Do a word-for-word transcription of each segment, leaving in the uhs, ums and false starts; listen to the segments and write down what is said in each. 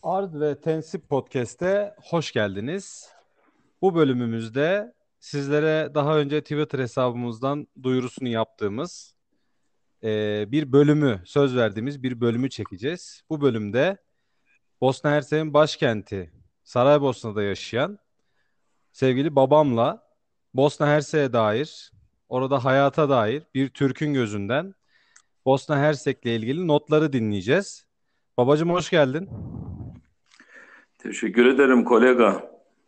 Ard ve Tensip Podcast'e hoş geldiniz. Bu bölümümüzde sizlere daha önce Twitter hesabımızdan duyurusunu yaptığımız e, bir bölümü, söz verdiğimiz bir bölümü çekeceğiz. Bu bölümde Bosna Hersek'in başkenti Saraybosna'da yaşayan sevgili babamla Bosna Hersek'e dair, orada hayata dair bir Türk'ün gözünden Bosna Hersek'le ilgili notları dinleyeceğiz. Babacım hoş geldin. Teşekkür ederim kolega.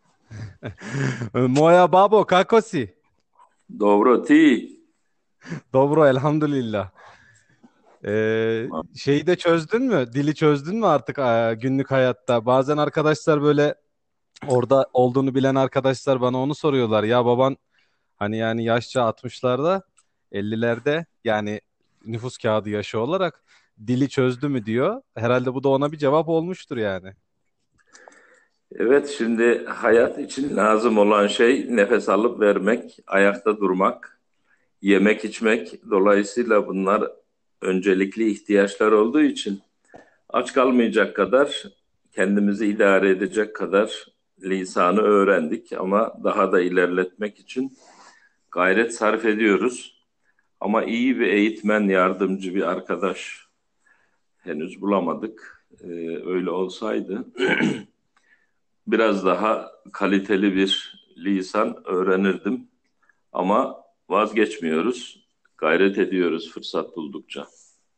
Moja babo, kako si? Dobro ti. Dobro elhamdülillah. Ee, şeyi de çözdün mü? Dili çözdün mü artık aa, günlük hayatta? Bazen arkadaşlar böyle orada olduğunu bilen arkadaşlar bana onu soruyorlar. Ya baban hani yani yaşça altmışlarda ellilerde yani nüfus kağıdı yaşı olarak dili çözdü mü diyor. Herhalde bu da ona bir cevap olmuştur yani. Evet, şimdi hayat için lazım olan şey nefes alıp vermek, ayakta durmak, yemek içmek. Dolayısıyla bunlar öncelikli ihtiyaçlar olduğu için aç kalmayacak kadar, kendimizi idare edecek kadar lisanı öğrendik ama daha da ilerletmek için gayret sarf ediyoruz. Ama iyi bir eğitmen, yardımcı bir arkadaş henüz bulamadık. Ee, öyle olsaydı biraz daha kaliteli bir lisan öğrenirdim. Ama vazgeçmiyoruz, gayret ediyoruz fırsat buldukça.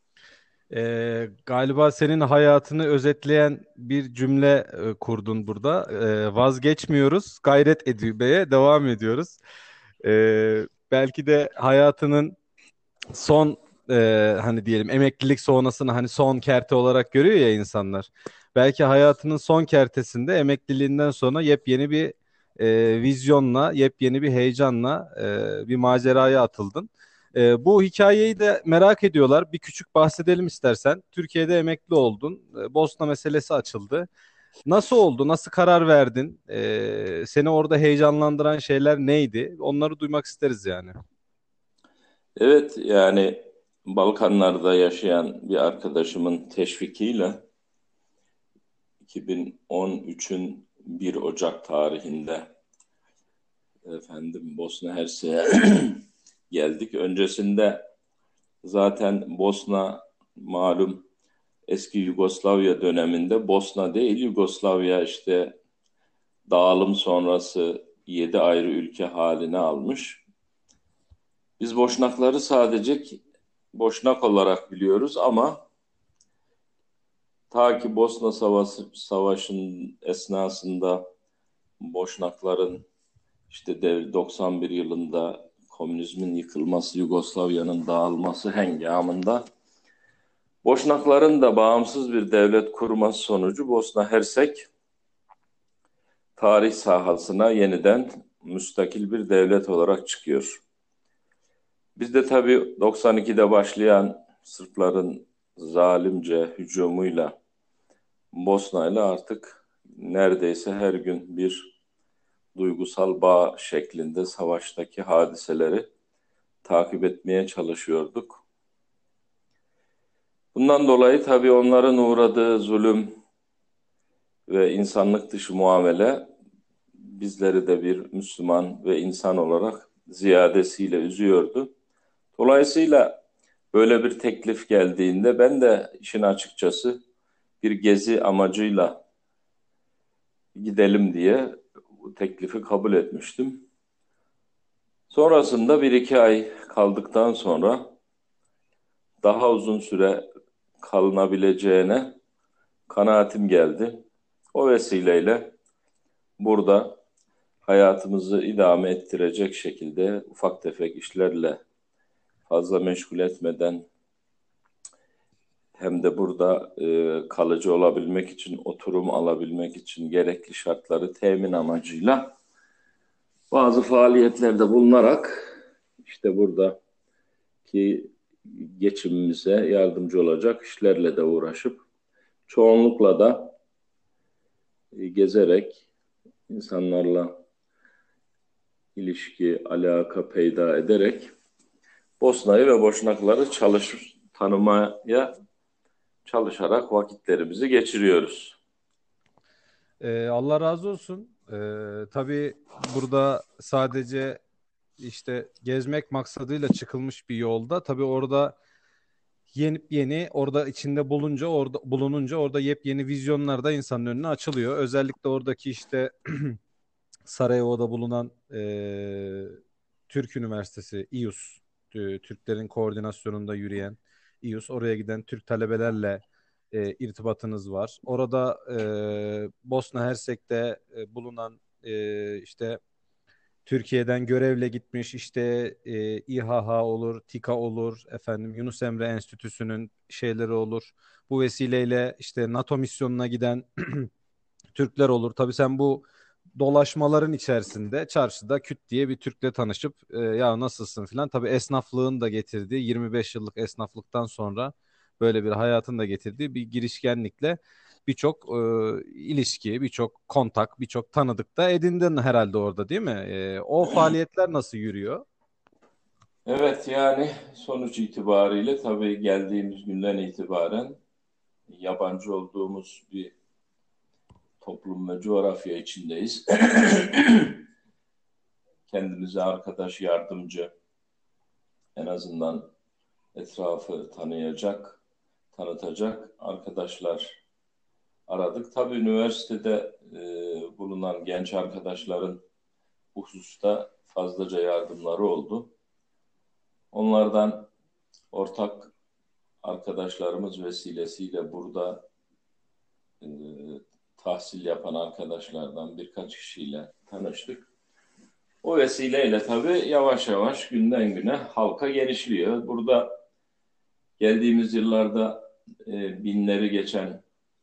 Ee, galiba senin hayatını özetleyen bir cümle e, kurdun burada. Ee, vazgeçmiyoruz, gayret etmeye devam ediyoruz. Ee, belki de hayatının son e, hani diyelim emeklilik sonrasını hani son kerte olarak görüyor ya insanlar. Belki hayatının son kertesinde emekliliğinden sonra yepyeni bir e, vizyonla, yepyeni bir heyecanla e, bir maceraya atıldın. E, bu hikayeyi de merak ediyorlar. Bir küçük bahsedelim istersen. Türkiye'de emekli oldun. E, Bosna meselesi açıldı. Nasıl oldu? Nasıl karar verdin? E, seni orada heyecanlandıran şeyler neydi? Onları duymak isteriz yani. Evet, yani Balkanlarda yaşayan bir arkadaşımın teşvikiyle iki bin on üçün bir Ocak tarihinde efendim Bosna Hersek'e geldik. Öncesinde zaten Bosna malum eski Yugoslavya döneminde Bosna değil Yugoslavya işte dağılım sonrası yedi ayrı ülke haline almış. Biz Boşnakları sadece Boşnak olarak biliyoruz ama ta ki Bosna Savaşı, Savaşı'nın esnasında Boşnakların işte doksan bir yılında komünizmin yıkılması, Yugoslavya'nın dağılması hengamında Boşnakların da bağımsız bir devlet kurması sonucu Bosna Hersek tarih sahasına yeniden müstakil bir devlet olarak çıkıyor. Biz de tabii doksan ikide başlayan Sırpların zalimce hücumuyla Bosna'yla artık neredeyse her gün bir duygusal bağ şeklinde savaştaki hadiseleri takip etmeye çalışıyorduk. Bundan dolayı tabii onların uğradığı zulüm ve insanlık dışı muamele bizleri de bir Müslüman ve insan olarak ziyadesiyle üzüyordu. Dolayısıyla böyle bir teklif geldiğinde ben de işin açıkçası bir gezi amacıyla gidelim diye bu teklifi kabul etmiştim. Sonrasında bir iki ay kaldıktan sonra daha uzun süre kalınabileceğine kanaatim geldi. O vesileyle burada hayatımızı idame ettirecek şekilde ufak tefek işlerle fazla meşgul etmeden hem de burada e, kalıcı olabilmek için, oturum alabilmek için gerekli şartları temin amacıyla bazı faaliyetlerde bulunarak işte buradaki geçimimize yardımcı olacak işlerle de uğraşıp çoğunlukla da e, gezerek insanlarla ilişki, alaka peyda ederek Bosna'yı ve Boşnakları çalış tanımaya çalışarak vakitlerimizi geçiriyoruz. Ee, Allah razı olsun. Ee, tabii burada sadece işte gezmek maksadıyla çıkılmış bir yolda. Tabii orada yeni yeni orada içinde bulunca orada bulununca orada yepyeni vizyonlar da insanın önüne açılıyor. Özellikle oradaki işte Sarajevo'da bulunan e, Türk Üniversitesi İ U S, e, Türklerin koordinasyonunda yürüyen İ U S, oraya giden Türk talebelerle e, irtibatınız var. Orada e, Bosna Hersek'te e, bulunan e, işte Türkiye'den görevle gitmiş işte e, İHA olur, TİKA olur, efendim Yunus Emre Enstitüsü'nün şeyleri olur. Bu vesileyle işte NATO misyonuna giden Türkler olur. Tabii sen bu dolaşmaların içerisinde çarşıda küt diye bir Türk'le tanışıp e, ya nasılsın filan. Tabii esnaflığın da getirdiği yirmi beş yıllık esnaflıktan sonra böyle bir hayatın da getirdiği bir girişkenlikle birçok e, ilişki, birçok kontak, birçok tanıdık da edindin herhalde orada değil mi? E, o faaliyetler nasıl yürüyor? Evet, yani sonuç itibariyle tabii geldiğimiz günden itibaren yabancı olduğumuz bir toplum ve coğrafya içindeyiz. Kendimize arkadaş, yardımcı, en azından etrafı tanıyacak, tanıtacak arkadaşlar aradık. Tabii üniversitede e, bulunan genç arkadaşların bu hususta fazlaca yardımları oldu. Onlardan ortak arkadaşlarımız vesilesiyle burada e, tahsil yapan arkadaşlardan birkaç kişiyle tanıştık. O vesileyle tabii yavaş yavaş günden güne halka genişliyor. Burada geldiğimiz yıllarda e, binleri geçen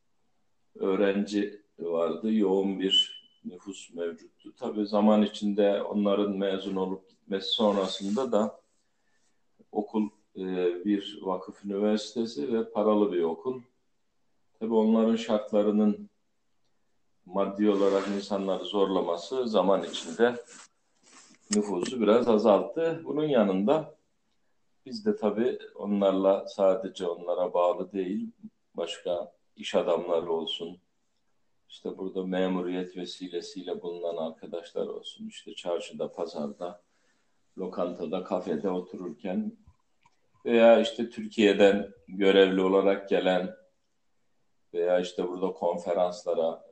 öğrenci vardı. Yoğun bir nüfus mevcuttu. Tabii zaman içinde onların mezun olup gitmesi sonrasında da okul e, bir vakıf üniversitesi ve paralı bir okul. Tabii onların şartlarının maddi olarak insanları zorlaması zaman içinde nüfusu biraz azalttı. Bunun yanında biz de tabii onlarla sadece onlara bağlı değil, başka iş adamları olsun, işte burada memuriyet vesilesiyle bulunan arkadaşlar olsun, işte çarşıda, pazarda, lokantada, kafede otururken veya işte Türkiye'den görevli olarak gelen veya işte burada konferanslara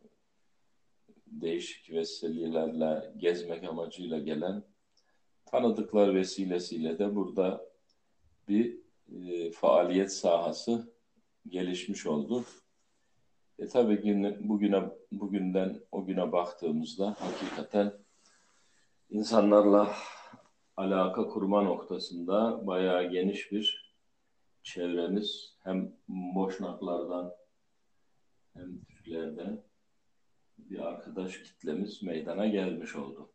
değişik vesilelerle gezmek amacıyla gelen tanıdıklar vesilesiyle de burada bir e, faaliyet sahası gelişmiş oldu. E tabii gün, bugüne bugünden o güne baktığımızda hakikaten insanlarla alaka kurma noktasında bayağı geniş bir çevremiz hem Boşnaklardan hem Türklerden bir arkadaş kitlemiz meydana gelmiş oldu.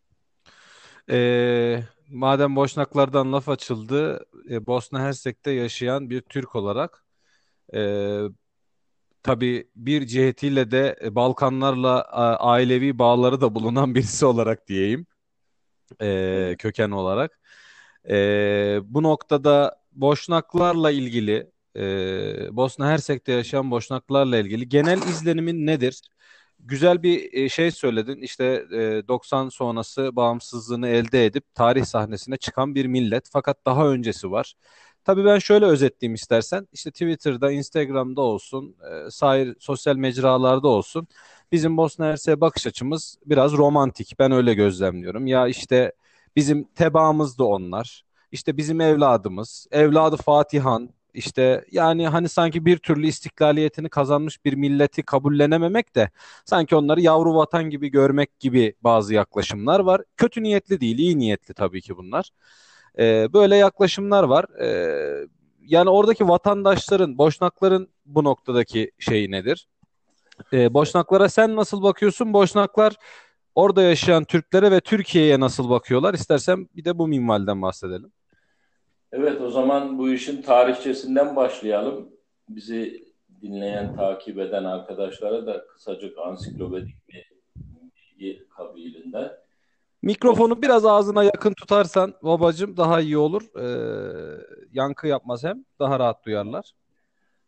E, madem Boşnaklardan laf açıldı, e, Bosna Hersek'te yaşayan bir Türk olarak e, tabii bir cihetiyle de e, Balkanlarla a- ailevi bağları da bulunan birisi olarak diyeyim, e, Evet. köken olarak. E, bu noktada Boşnaklarla ilgili, e, Bosna Hersek'te yaşayan Boşnaklarla ilgili genel izlenimin nedir? Güzel bir e, şey söyledin. İşte e, doksan sonrası bağımsızlığını elde edip tarih sahnesine çıkan bir millet. Fakat daha öncesi var. Tabii ben şöyle özetleyeyim istersen. İşte Twitter'da, Instagram'da olsun, e, sair sosyal mecralarda olsun. Bizim Bosna Hersek'e bakış açımız biraz romantik. Ben öyle gözlemliyorum. Ya işte bizim tebaamız da onlar. İşte bizim evladımız, evladı Fatihan. İşte yani hani sanki bir türlü istiklaliyetini kazanmış bir milleti kabullenememek de sanki onları yavru vatan gibi görmek gibi bazı yaklaşımlar var. Kötü niyetli değil, iyi niyetli tabii ki bunlar. Ee, böyle yaklaşımlar var. Ee, yani oradaki vatandaşların, Boşnakların bu noktadaki şeyi nedir? Ee, Boşnaklara sen nasıl bakıyorsun? Boşnaklar orada yaşayan Türklere ve Türkiye'ye nasıl bakıyorlar? İstersen bir de bu minvalden bahsedelim. Evet, o zaman bu işin tarihçesinden başlayalım. Bizi dinleyen, takip eden arkadaşlara da kısacık ansiklopedik bir bilgi kabiliğinde. Mikrofonu Bosna, biraz ağzına yakın tutarsan babacığım daha iyi olur. Ee, yankı yapmaz hem daha rahat duyarlar.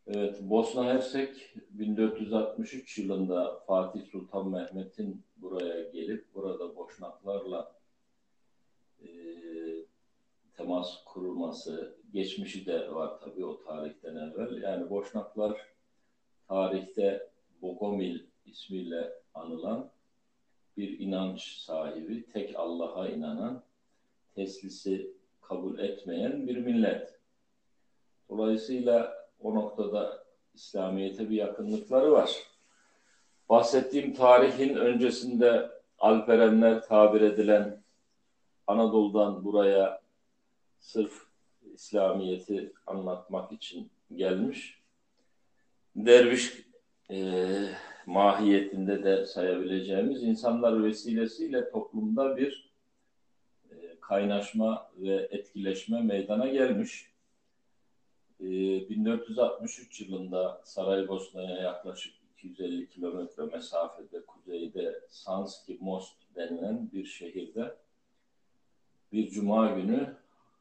Evet, Bosna Hersek bin dört yüz altmış üç yılında Fatih Sultan Mehmet'in buraya gelip burada Boşnaklarla e, temas kurulması, geçmişi de var tabii o tarihten evvel. Yani Boşnaklar tarihte Bogomil ismiyle anılan bir inanç sahibi, tek Allah'a inanan, teslisi kabul etmeyen bir millet. Dolayısıyla o noktada İslamiyet'e bir yakınlıkları var. Bahsettiğim tarihin öncesinde Alperenler tabir edilen Anadolu'dan buraya sırf İslamiyet'i anlatmak için gelmiş. Derviş e, mahiyetinde de sayabileceğimiz insanlar vesilesiyle toplumda bir e, kaynaşma ve etkileşme meydana gelmiş. E, bin dört yüz altmış üç yılında Saraybosna'ya yaklaşık iki yüz elli kilometre mesafede kuzeyde Sanski Most denilen bir şehirde bir cuma günü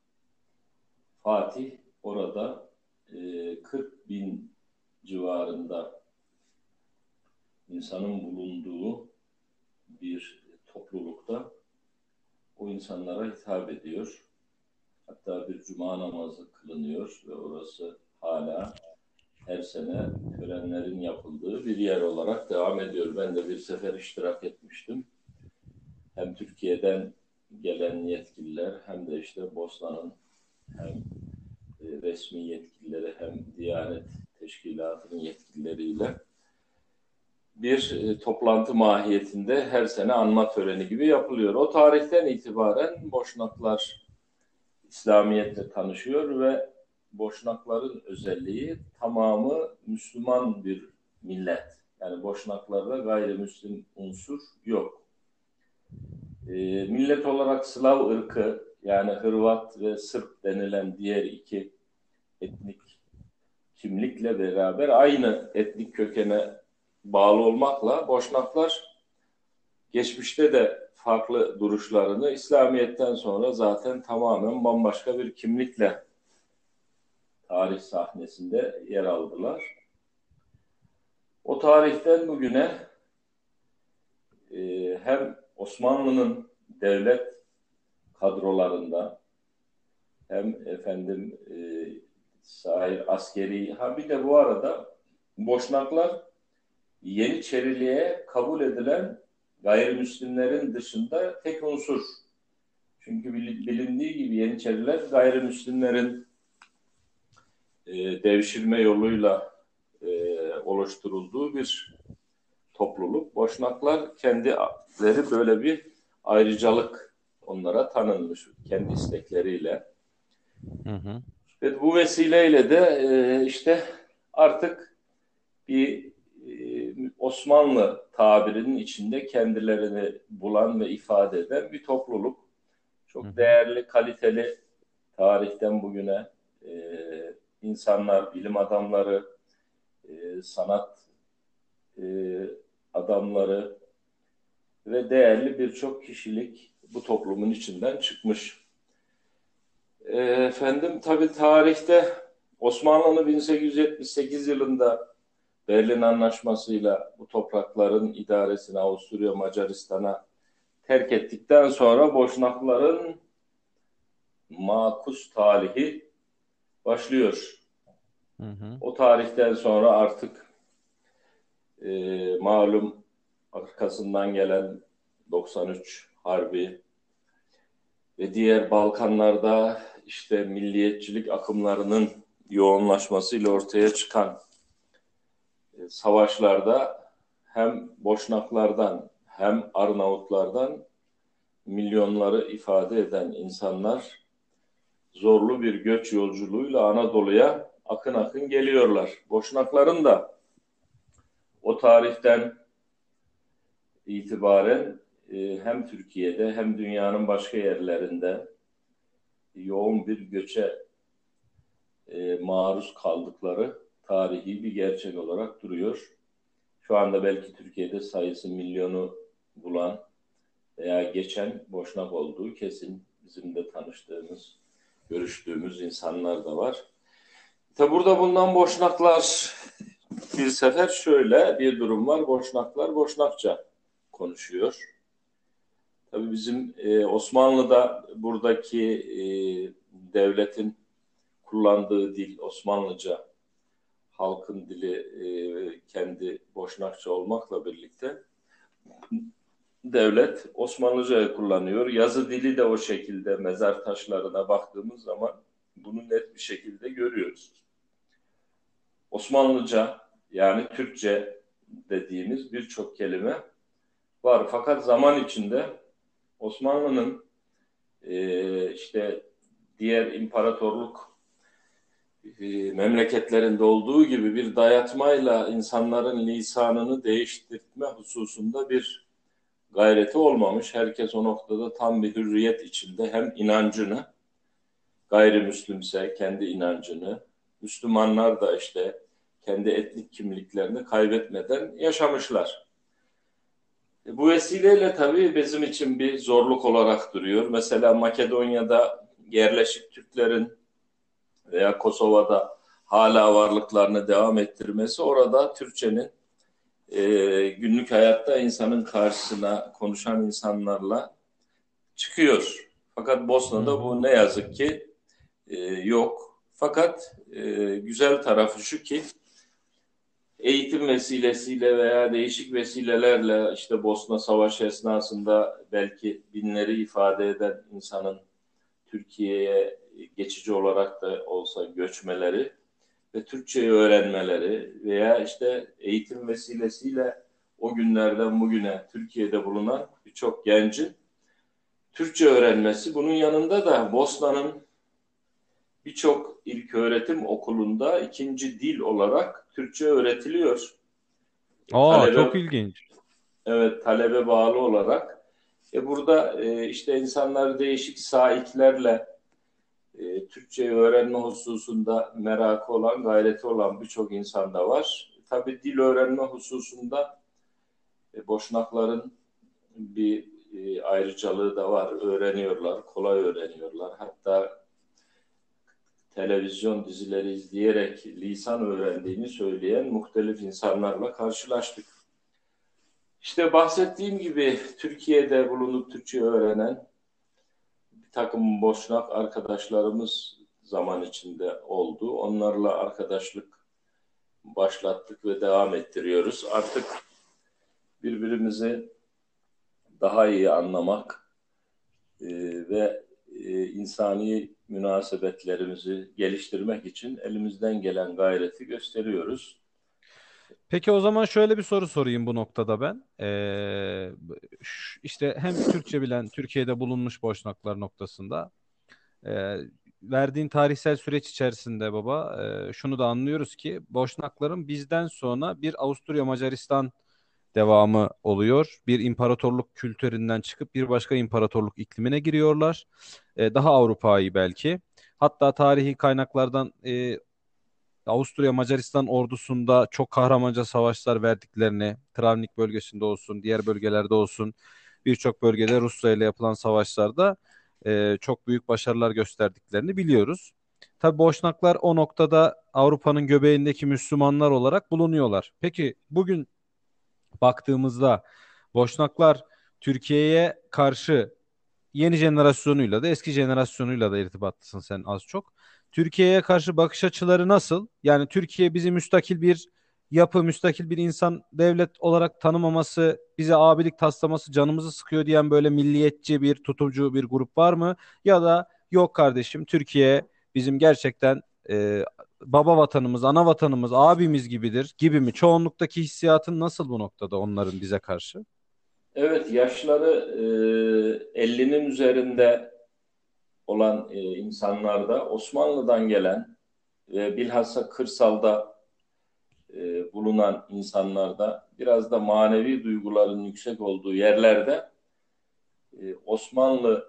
Fatih orada e, kırk bin civarında insanın bulunduğu bir toplulukta o insanlara hitap ediyor. Hatta bir cuma namazı kılınıyor ve orası hala her sene törenlerin yapıldığı bir yer olarak devam ediyor. Ben de bir sefer iştirak etmiştim. Hem Türkiye'den gelen yetkililer hem de işte Bosna'nın hem resmi yetkilileri hem Diyanet Teşkilatı'nın yetkilileriyle bir e, toplantı mahiyetinde her sene anma töreni gibi yapılıyor. O tarihten itibaren Boşnaklar İslamiyet'le tanışıyor ve Boşnakların özelliği tamamı Müslüman bir millet. Yani Boşnaklarda gayrimüslim unsur yok. E, millet olarak Slav ırkı yani Hırvat ve Sırp denilen diğer iki etnik kimlikle beraber aynı etnik kökene bağlı olmakla Boşnaklar geçmişte de farklı duruşlarını İslamiyet'ten sonra zaten tamamen bambaşka bir kimlikle tarih sahnesinde yer aldılar. O tarihten bugüne e, hem Osmanlı'nın devlet kadrolarında hem efendim e, sahil askeri ha bir de bu arada Boşnaklar Yeniçeriliğe kabul edilen gayrimüslimlerin dışında tek unsur. Çünkü bilindiği gibi Yeniçeriler gayrimüslimlerin e, devşirme yoluyla e, oluşturulduğu bir topluluk. Boşnaklar kendileri böyle bir ayrıcalık onlara tanınmış kendi istekleriyle. Hı hı. Ve bu vesileyle de e, işte artık bir e, Osmanlı tabirinin içinde kendilerini bulan ve ifade eden bir topluluk. Hı Çok hı. değerli, kaliteli tarihten bugüne e, insanlar, bilim adamları, e, sanat e, adamları ve değerli birçok kişilik bu toplumun içinden çıkmış. E, efendim tabii tarihte Osmanlı'nın bin sekiz yüz yetmiş sekiz yılında Berlin Anlaşması'yla bu toprakların idaresini Avusturya Macaristan'a terk ettikten sonra Boşnakların makus talihi başlıyor. Hı hı. O tarihten sonra artık e, malum arkasından gelen doksan üç Harbi ve diğer Balkanlarda işte milliyetçilik akımlarının yoğunlaşmasıyla ortaya çıkan e, savaşlarda hem Boşnaklardan hem Arnavutlardan milyonları ifade eden insanlar zorlu bir göç yolculuğuyla Anadolu'ya akın akın geliyorlar. Boşnakların da o tarihten itibaren e, hem Türkiye'de hem dünyanın başka yerlerinde yoğun bir göçe e, maruz kaldıkları tarihi bir gerçek olarak duruyor. Şu anda belki Türkiye'de sayısı milyonu bulan veya geçen Boşnak olduğu kesin. Bizim de tanıştığımız, görüştüğümüz insanlar da var. Tabi burada bulunan Boşnaklar bir sefer şöyle bir durum var. Boşnaklar Boşnakça konuşuyor. Tabii bizim e, Osmanlı'da buradaki e, devletin kullandığı dil Osmanlıca, halkın dili e, kendi Boşnakça olmakla birlikte devlet Osmanlıca'yı kullanıyor. Yazı dili de o şekilde, mezar taşlarına baktığımız zaman bunu net bir şekilde görüyoruz. Osmanlıca yani Türkçe dediğimiz birçok kelime var. Fakat zaman içinde Osmanlı'nın e, işte diğer imparatorluk e, memleketlerinde olduğu gibi bir dayatmayla insanların lisanını değiştirme hususunda bir gayreti olmamış. Herkes o noktada tam bir hürriyet içinde hem inancını, gayrimüslimse kendi inancını, Müslümanlar da işte kendi etnik kimliklerini kaybetmeden yaşamışlar. E, bu vesileyle tabii bizim için bir zorluk olarak duruyor. Mesela Makedonya'da yerleşik Türklerin veya Kosova'da hala varlıklarını devam ettirmesi orada Türkçenin e, günlük hayatta insanın karşısına konuşan insanlarla çıkıyor. Fakat Hı Bosna'da hı. bu ne yazık ki e, yok. Fakat e, güzel tarafı şu ki eğitim vesilesiyle veya değişik vesilelerle işte Bosna Savaşı esnasında belki binleri ifade eden insanın Türkiye'ye geçici olarak da olsa göçmeleri ve Türkçeyi öğrenmeleri veya işte eğitim vesilesiyle o günlerden bugüne Türkiye'de bulunan birçok gencin Türkçe öğrenmesi. Bunun yanında da Bosna'nın birçok ilköğretim okulunda ikinci dil olarak Türkçe öğretiliyor. Aa, çok Talebe ilginç. evet talebe bağlı olarak. E burada e, işte insanlar değişik saiklerle e, Türkçeyi öğrenme hususunda merakı olan, gayreti olan birçok insan da var. Tabii dil öğrenme hususunda e, Boşnakların bir e, ayrıcalığı da var. Öğreniyorlar, kolay öğreniyorlar. Hatta televizyon dizileri izleyerek lisan öğrendiğini söyleyen muhtelif insanlarla karşılaştık. İşte bahsettiğim gibi Türkiye'de bulunup Türkçe öğrenen bir takım Boşnak arkadaşlarımız zaman içinde oldu. Onlarla arkadaşlık başlattık ve devam ettiriyoruz. Artık birbirimizi daha iyi anlamak e, ve e, insani münasebetlerimizi geliştirmek için elimizden gelen gayreti gösteriyoruz. Peki o zaman şöyle bir soru sorayım bu noktada ben. Ee, ş- işte hem Türkçe bilen Türkiye'de bulunmuş Boşnaklar noktasında e, verdiğin tarihsel süreç içerisinde baba e, şunu da anlıyoruz ki Boşnakların bizden sonra bir Avusturya Macaristan devamı oluyor. Bir imparatorluk kültüründen çıkıp bir başka imparatorluk iklimine giriyorlar. E, daha Avrupa'yı belki. Hatta tarihi kaynaklardan e, Avusturya Macaristan ordusunda çok kahramanca savaşlar verdiklerini, Travnik bölgesinde olsun, diğer bölgelerde olsun, birçok bölgede Rusya ile yapılan savaşlarda e, çok büyük başarılar gösterdiklerini biliyoruz. Tabii Boşnaklar o noktada Avrupa'nın göbeğindeki Müslümanlar olarak bulunuyorlar. Peki bugün baktığımızda Boşnaklar Türkiye'ye karşı yeni jenerasyonuyla da eski jenerasyonuyla da irtibatlısın sen az çok. Türkiye'ye karşı bakış açıları nasıl? Yani Türkiye bizi müstakil bir yapı, müstakil bir insan devlet olarak tanımaması, bize abilik taslaması canımızı sıkıyor diyen böyle milliyetçi bir tutucu bir grup var mı? Ya da yok kardeşim Türkiye bizim gerçekten e, baba vatanımız, ana vatanımız, abimiz gibidir gibi mi? Çoğunluktaki hissiyatın nasıl bu noktada onların bize karşı? Evet, yaşları e, ellinin üzerinde olan e, insanlarda Osmanlı'dan gelen ve bilhassa kırsalda e, bulunan insanlarda biraz da manevi duyguların yüksek olduğu yerlerde e, Osmanlılık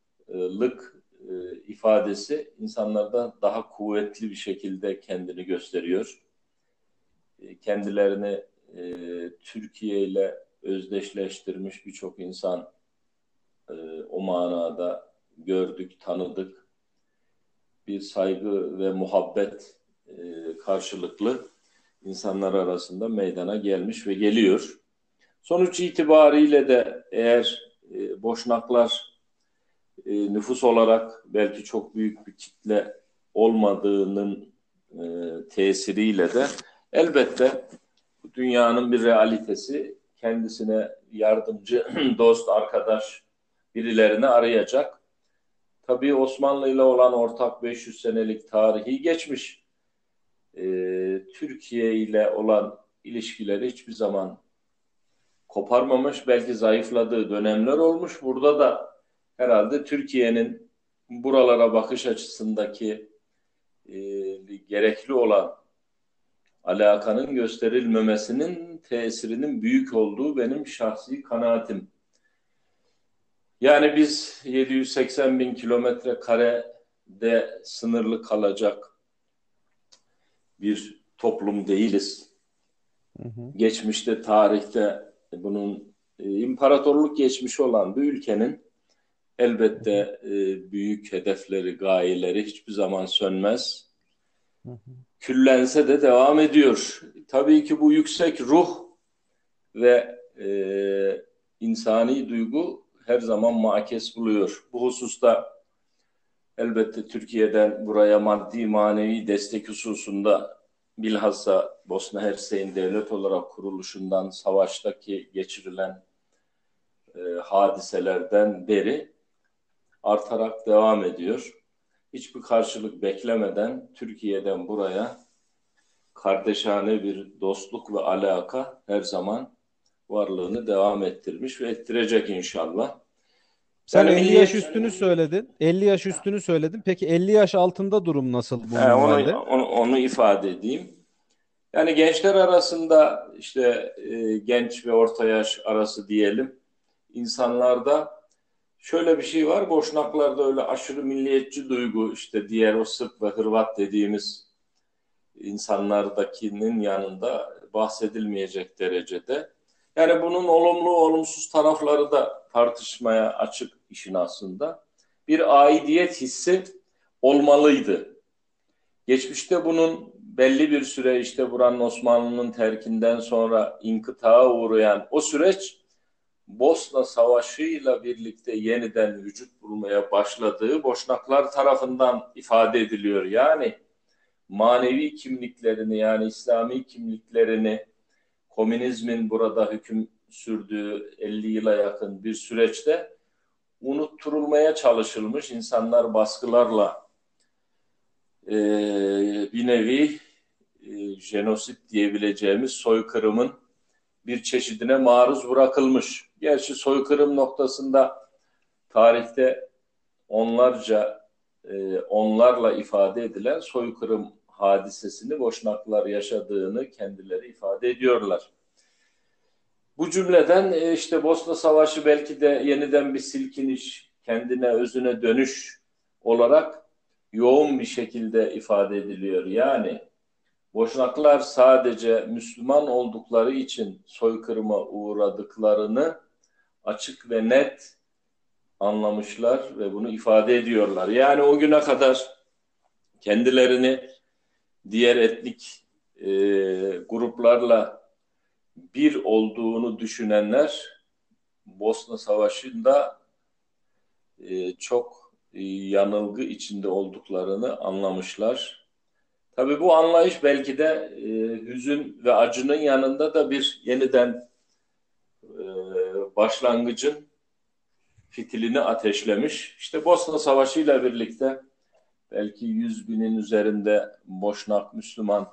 e, ifadesi insanlarda daha kuvvetli bir şekilde kendini gösteriyor. E, kendilerini e, Türkiye ile özdeşleştirmiş birçok insan e, o manada gördük, tanıdık. Bir saygı ve muhabbet e, karşılıklı insanlar arasında meydana gelmiş ve geliyor. Sonuç itibariyle de eğer e, Boşnaklar e, nüfus olarak belki çok büyük bir kitle olmadığının e, tesiriyle de elbette dünyanın bir realitesi kendisine yardımcı, dost, arkadaş birilerini arayacak. Tabii Osmanlı ile olan ortak beş yüz senelik tarihi geçmiş. Ee, Türkiye ile olan ilişkileri hiçbir zaman koparmamış, belki zayıfladığı dönemler olmuş. Burada da herhalde Türkiye'nin buralara bakış açısındaki e, gerekli olan alakanın gösterilmemesinin tesirinin büyük olduğu benim şahsi kanaatim. Yani biz yedi yüz seksen bin kilometre karede sınırlı kalacak bir toplum değiliz. Hı hı. Geçmişte, tarihte bunun e, imparatorluk geçmişi olan bir ülkenin elbette e, büyük hedefleri, gayeleri hiçbir zaman sönmez. Hı hı. Küllense de devam ediyor. Tabii ki bu yüksek ruh ve e, insani duygu her zaman makes buluyor. Bu hususta elbette Türkiye'den buraya maddi manevi destek hususunda bilhassa Bosna Hersey'in devlet olarak kuruluşundan savaştaki geçirilen e, hadiselerden beri artarak devam ediyor. Hiçbir karşılık beklemeden Türkiye'den buraya kardeşane bir dostluk ve alaka her zaman varlığını devam ettirmiş ve ettirecek inşallah. Sen Yani elli yaş milliyet üstünü söyledin. elli yaş üstünü söyledin. Peki elli yaş altında durum nasıl bu he, onu, minvalde? onu onu ifade edeyim. Yani gençler arasında işte e, genç ve orta yaş arası diyelim insanlarda şöyle bir şey var. Boşnaklarda öyle aşırı milliyetçi duygu işte diğer o Sırp ve Hırvat dediğimiz insanlardakinin yanında bahsedilmeyecek derecede. Yani bunun olumlu olumsuz tarafları da tartışmaya açık işin aslında. Bir aidiyet hissi olmalıydı. Geçmişte bunun belli bir süre işte buranın Osmanlı'nın terkinden sonra inkıtağa uğrayan o süreç Bosna Savaşı'yla birlikte yeniden vücut bulmaya başladığı Boşnaklar tarafından ifade ediliyor. Yani manevi kimliklerini yani İslami kimliklerini komünizmin burada hüküm sürdüğü elli yıla yakın bir süreçte unutturulmaya çalışılmış insanlar baskılarla e, bir nevi e, jenosit diyebileceğimiz soykırımın bir çeşidine maruz bırakılmış. Gerçi soykırım noktasında tarihte onlarca e, onlarla ifade edilen soykırım hadisesini Boşnaklar yaşadığını kendileri ifade ediyorlar. Bu cümleden e, işte Bosna Savaşı belki de yeniden bir silkiniş, kendine özüne dönüş olarak yoğun bir şekilde ifade ediliyor. Yani Boşnaklar sadece Müslüman oldukları için soykırıma uğradıklarını açık ve net anlamışlar ve bunu ifade ediyorlar. Yani o güne kadar kendilerini diğer etnik e, gruplarla bir olduğunu düşünenler Bosna Savaşı'nda e, çok e, yanılgı içinde olduklarını anlamışlar. Tabii bu anlayış belki de e, hüzün ve acının yanında da bir yeniden e, başlangıcın fitilini ateşlemiş. İşte Bosna Savaşı ile birlikte belki yüz binin üzerinde Boşnak Müslüman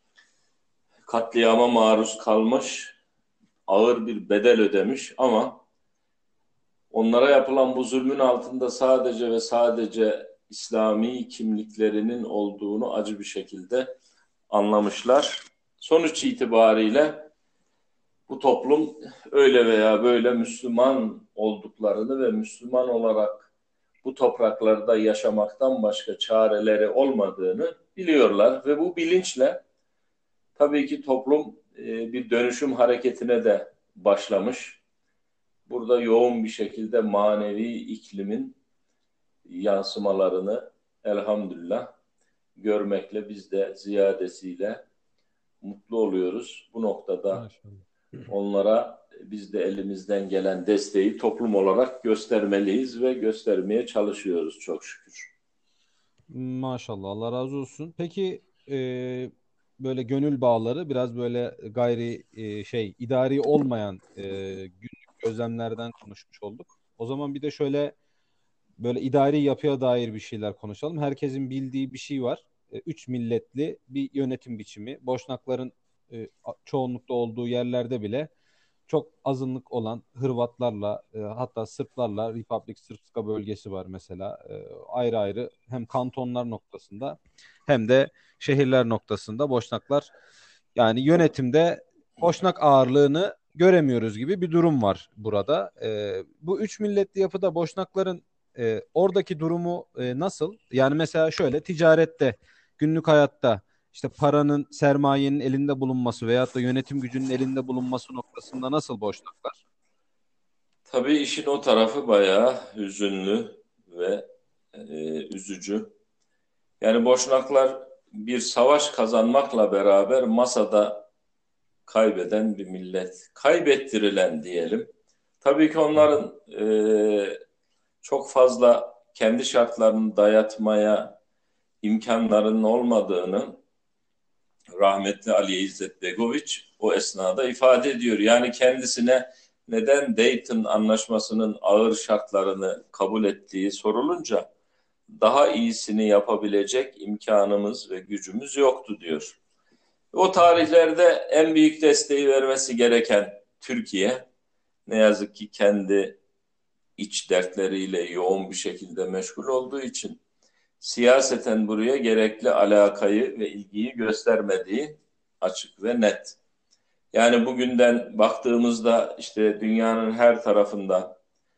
katliama maruz kalmış, ağır bir bedel ödemiş ama onlara yapılan bu zulmün altında sadece ve sadece İslami kimliklerinin olduğunu acı bir şekilde anlamışlar. Sonuç itibariyle bu toplum öyle veya böyle Müslüman olduklarını ve Müslüman olarak bu topraklarda yaşamaktan başka çareleri olmadığını biliyorlar ve bu bilinçle tabii ki toplum e, bir dönüşüm hareketine de başlamış. Burada yoğun bir şekilde manevi iklimin yansımalarını elhamdülillah görmekle biz de ziyadesiyle mutlu oluyoruz. Bu noktada Maşallah. onlara biz de elimizden gelen desteği toplum olarak göstermeliyiz ve göstermeye çalışıyoruz çok şükür. Maşallah, Allah razı olsun. Peki e, böyle gönül bağları biraz böyle gayri e, şey idari olmayan e, günlük gözlemlerden konuşmuş olduk. O zaman bir de şöyle böyle idari yapıya dair bir şeyler konuşalım. Herkesin bildiği bir şey var. E, üç milletli bir yönetim biçimi. Boşnakların e, a- çoğunlukta olduğu yerlerde bile çok azınlık olan Hırvatlarla e, hatta Sırplarla Republik Srpska bölgesi var mesela. E, ayrı ayrı hem kantonlar noktasında hem de şehirler noktasında Boşnaklar yani yönetimde Boşnak ağırlığını göremiyoruz gibi bir durum var burada. E, bu üç milletli yapıda Boşnakların e, oradaki durumu e, nasıl? Yani mesela şöyle ticarette, günlük hayatta işte paranın, sermayenin elinde bulunması veyahut da yönetim gücünün elinde bulunması noktasında nasıl Boşnaklar? Tabii işin o tarafı bayağı hüzünlü ve e, üzücü. Yani Boşnaklar bir savaş kazanmakla beraber masada kaybeden bir millet. Kaybettirilen diyelim. Tabii ki onların e, çok fazla kendi şartlarını dayatmaya imkanlarının olmadığını rahmetli Ali İzzet Begoviç o esnada ifade ediyor. Yani kendisine neden Dayton Anlaşması'nın ağır şartlarını kabul ettiği sorulunca daha iyisini yapabilecek imkanımız ve gücümüz yoktu diyor. O tarihlerde en büyük desteği vermesi gereken Türkiye ne yazık ki kendi iç dertleriyle yoğun bir şekilde meşgul olduğu için siyaseten buraya gerekli alakayı ve ilgiyi göstermediği açık ve net. Yani bugünden baktığımızda işte dünyanın her tarafında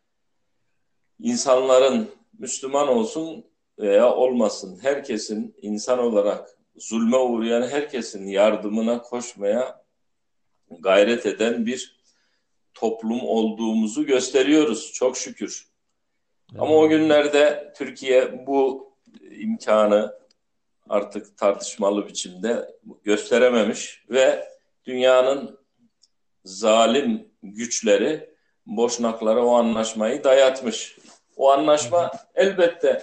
insanların Müslüman olsun veya olmasın herkesin insan olarak zulme uğrayan herkesin yardımına koşmaya gayret eden bir toplum olduğumuzu gösteriyoruz çok şükür. Ama o günlerde Türkiye bu imkanı artık tartışmalı biçimde gösterememiş ve dünyanın zalim güçleri Boşnaklara o anlaşmayı dayatmış. O anlaşma elbette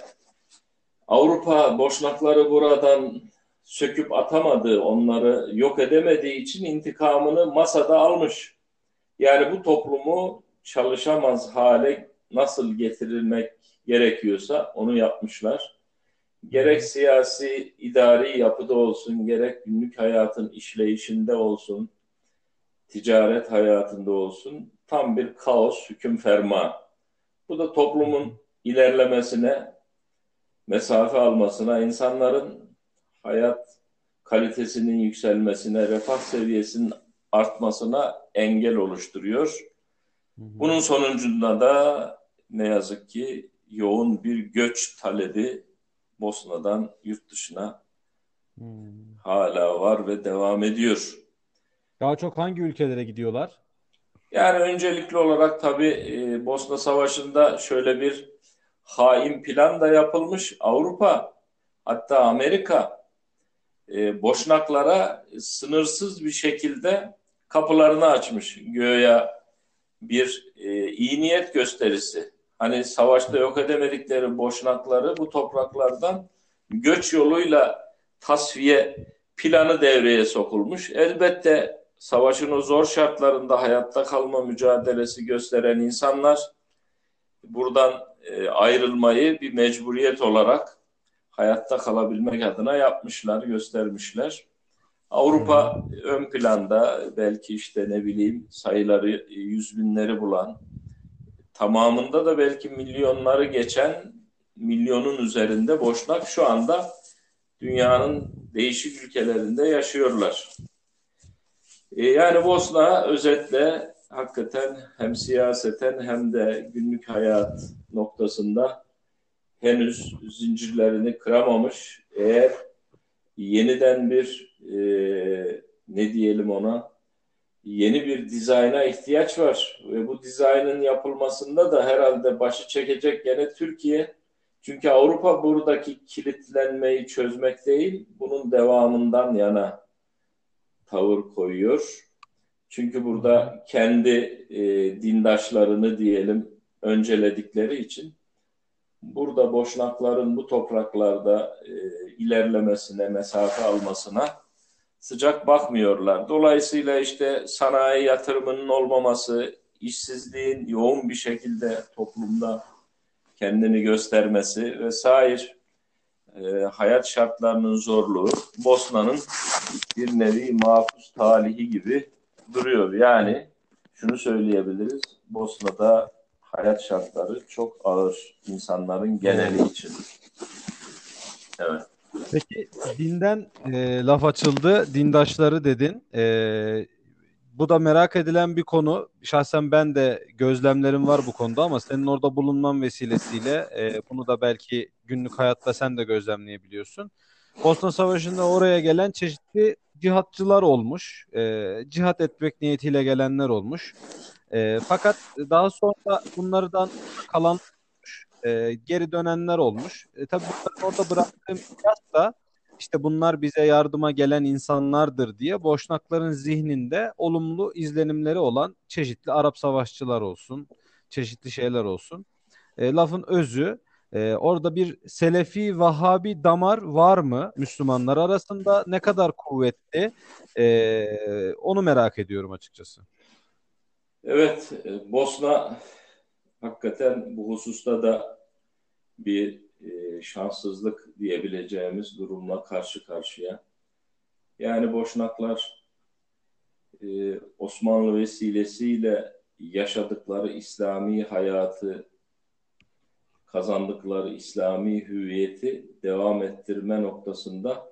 Avrupa Boşnakları buradan söküp atamadığı, onları yok edemediği için intikamını masada almış. Yani bu toplumu çalışamaz hale nasıl getirilmek gerekiyorsa onu yapmışlar. Gerek siyasi, idari yapıda olsun, gerek günlük hayatın işleyişinde olsun, ticaret hayatında olsun tam bir kaos, hüküm ferma. Bu da toplumun ilerlemesine, mesafe almasına, insanların hayat kalitesinin yükselmesine, refah seviyesinin artmasına engel oluşturuyor. Bunun sonucunda da ne yazık ki yoğun bir göç talebi Bosna'dan yurt dışına Hmm. hala var ve devam ediyor. Daha çok hangi ülkelere gidiyorlar? Yani öncelikli olarak tabii e, Bosna Savaşı'nda şöyle bir hain plan da yapılmış. Avrupa hatta Amerika e, Boşnaklara sınırsız bir şekilde kapılarını açmış. Göya bir e, iyi niyet gösterisi. Hani savaşta yok edemedikleri Boşnakları bu topraklardan göç yoluyla tasfiye planı devreye sokulmuş. Elbette savaşın o zor şartlarında hayatta kalma mücadelesi gösteren insanlar buradan e, ayrılmayı bir mecburiyet olarak hayatta kalabilmek adına yapmışlar, göstermişler. Avrupa ön planda belki işte ne bileyim sayıları yüz binleri bulan, tamamında da belki milyonları geçen milyonun üzerinde Boşnak şu anda dünyanın değişik ülkelerinde yaşıyorlar. E, yani Bosna özetle hakikaten hem siyaseten hem de günlük hayat noktasında henüz zincirlerini kıramamış. Eğer yeniden bir e, ne diyelim ona yeni bir dizayna ihtiyaç var ve bu dizaynın yapılmasında da herhalde başı çekecek gene Türkiye. Çünkü Avrupa buradaki kilitlenmeyi çözmek değil, bunun devamından yana tavır koyuyor. Çünkü burada kendi e, dindaşlarını diyelim önceledikleri için burada Boşnakların bu topraklarda e, ilerlemesine, mesafe almasına sıcak bakmıyorlar. Dolayısıyla işte sanayi yatırımının olmaması, işsizliğin yoğun bir şekilde toplumda kendini göstermesi vesaire e, hayat şartlarının zorluğu Bosna'nın bir nevi mahpus talihi gibi duruyor. Yani şunu söyleyebiliriz. Bosna'da hayat şartları çok ağır insanların geneli için. Evet. Peki dinden e, laf açıldı, dindaşları dedin. E, bu da merak edilen bir konu. Şahsen ben de gözlemlerim var bu konuda ama senin orada bulunman vesilesiyle e, bunu da belki günlük hayatta sen de gözlemleyebiliyorsun. Bosna Savaşı'nda oraya gelen çeşitli cihatçılar olmuş. E, cihat etmek niyetiyle gelenler olmuş. E, fakat daha sonra bunlardan kalan e, geri dönenler olmuş. E, tabii bunların orada bıraktığım miras da işte bunlar bize yardıma gelen insanlardır diye Boşnakların zihninde olumlu izlenimleri olan çeşitli Arap savaşçılar olsun, çeşitli şeyler olsun. E, lafın özü e, orada bir Selefi Vahabi damar var mı Müslümanlar arasında? Ne kadar kuvvetli? E, onu merak ediyorum açıkçası. Evet, e, Bosna hakikaten bu hususta da bir e, şanssızlık diyebileceğimiz durumla karşı karşıya. Yani Boşnaklar e, Osmanlı vesilesiyle yaşadıkları İslami hayatı, kazandıkları İslami hüviyeti devam ettirme noktasında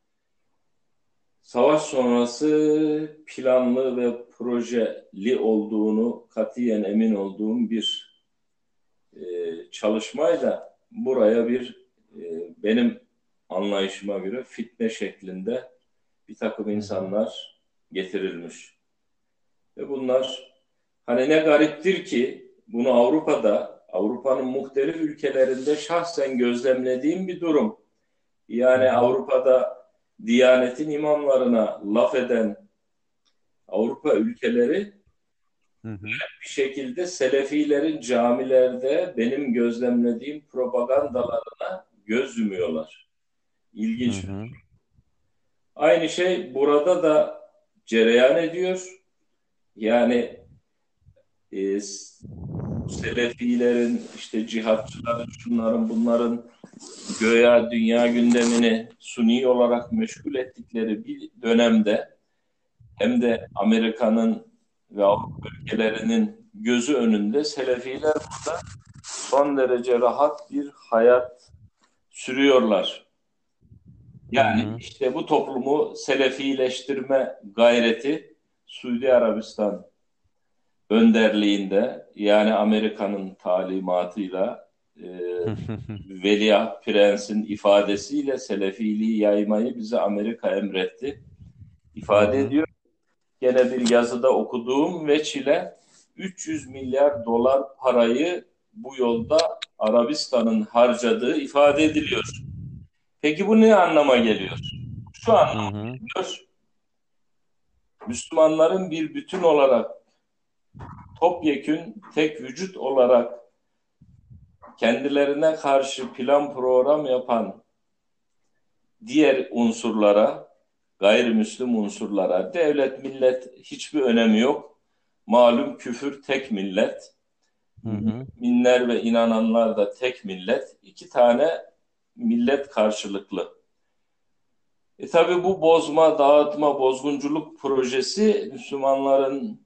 savaş sonrası planlı ve projeli olduğunu katiyen emin olduğum bir e, çalışmayla buraya bir e, benim anlayışıma göre fitne şeklinde bir takım insanlar getirilmiş. Ve bunlar hani ne gariptir ki bunu Avrupa'da, Avrupa'nın muhtelif ülkelerinde şahsen gözlemlediğim bir durum. Yani Avrupa'da Diyanetin imamlarına laf eden Avrupa ülkeleri Hı hı. bir şekilde Selefilerin camilerde benim gözlemlediğim propagandalarına göz yumuyorlar. Hı İlginç. hı. Aynı şey burada da cereyan ediyor. Yani e, Selefilerin, işte cihatçıların, şunların, bunların göya dünya gündemini suni olarak meşgul ettikleri bir dönemde hem de Amerika'nın ve Avrupa ülkelerinin gözü önünde Selefiler burada son derece rahat bir hayat sürüyorlar. Hı Yani hı. işte bu toplumu Selefileştirme gayreti Suudi Arabistan önderliğinde, yani Amerika'nın talimatıyla e, Veliaht Prens'in ifadesiyle Selefiliği yaymayı bize Amerika emretti. İfade ediyor. Gene bir yazıda okuduğum veçile üç yüz milyar dolar parayı bu yolda Arabistan'ın harcadığı ifade ediliyor. Peki bu ne anlama geliyor? Şu Hı anlama hı. geliyor. Müslümanların bir bütün olarak topyekün tek vücut olarak kendilerine karşı plan program yapan diğer unsurlara, gayrimüslim unsurlara, devlet millet hiçbir önemi yok. Malum küfür tek millet. Hı hı. Müminler ve inananlar da tek millet. İki tane millet karşılıklı. E tabi bu bozma, dağıtma, bozgunculuk projesi Müslümanların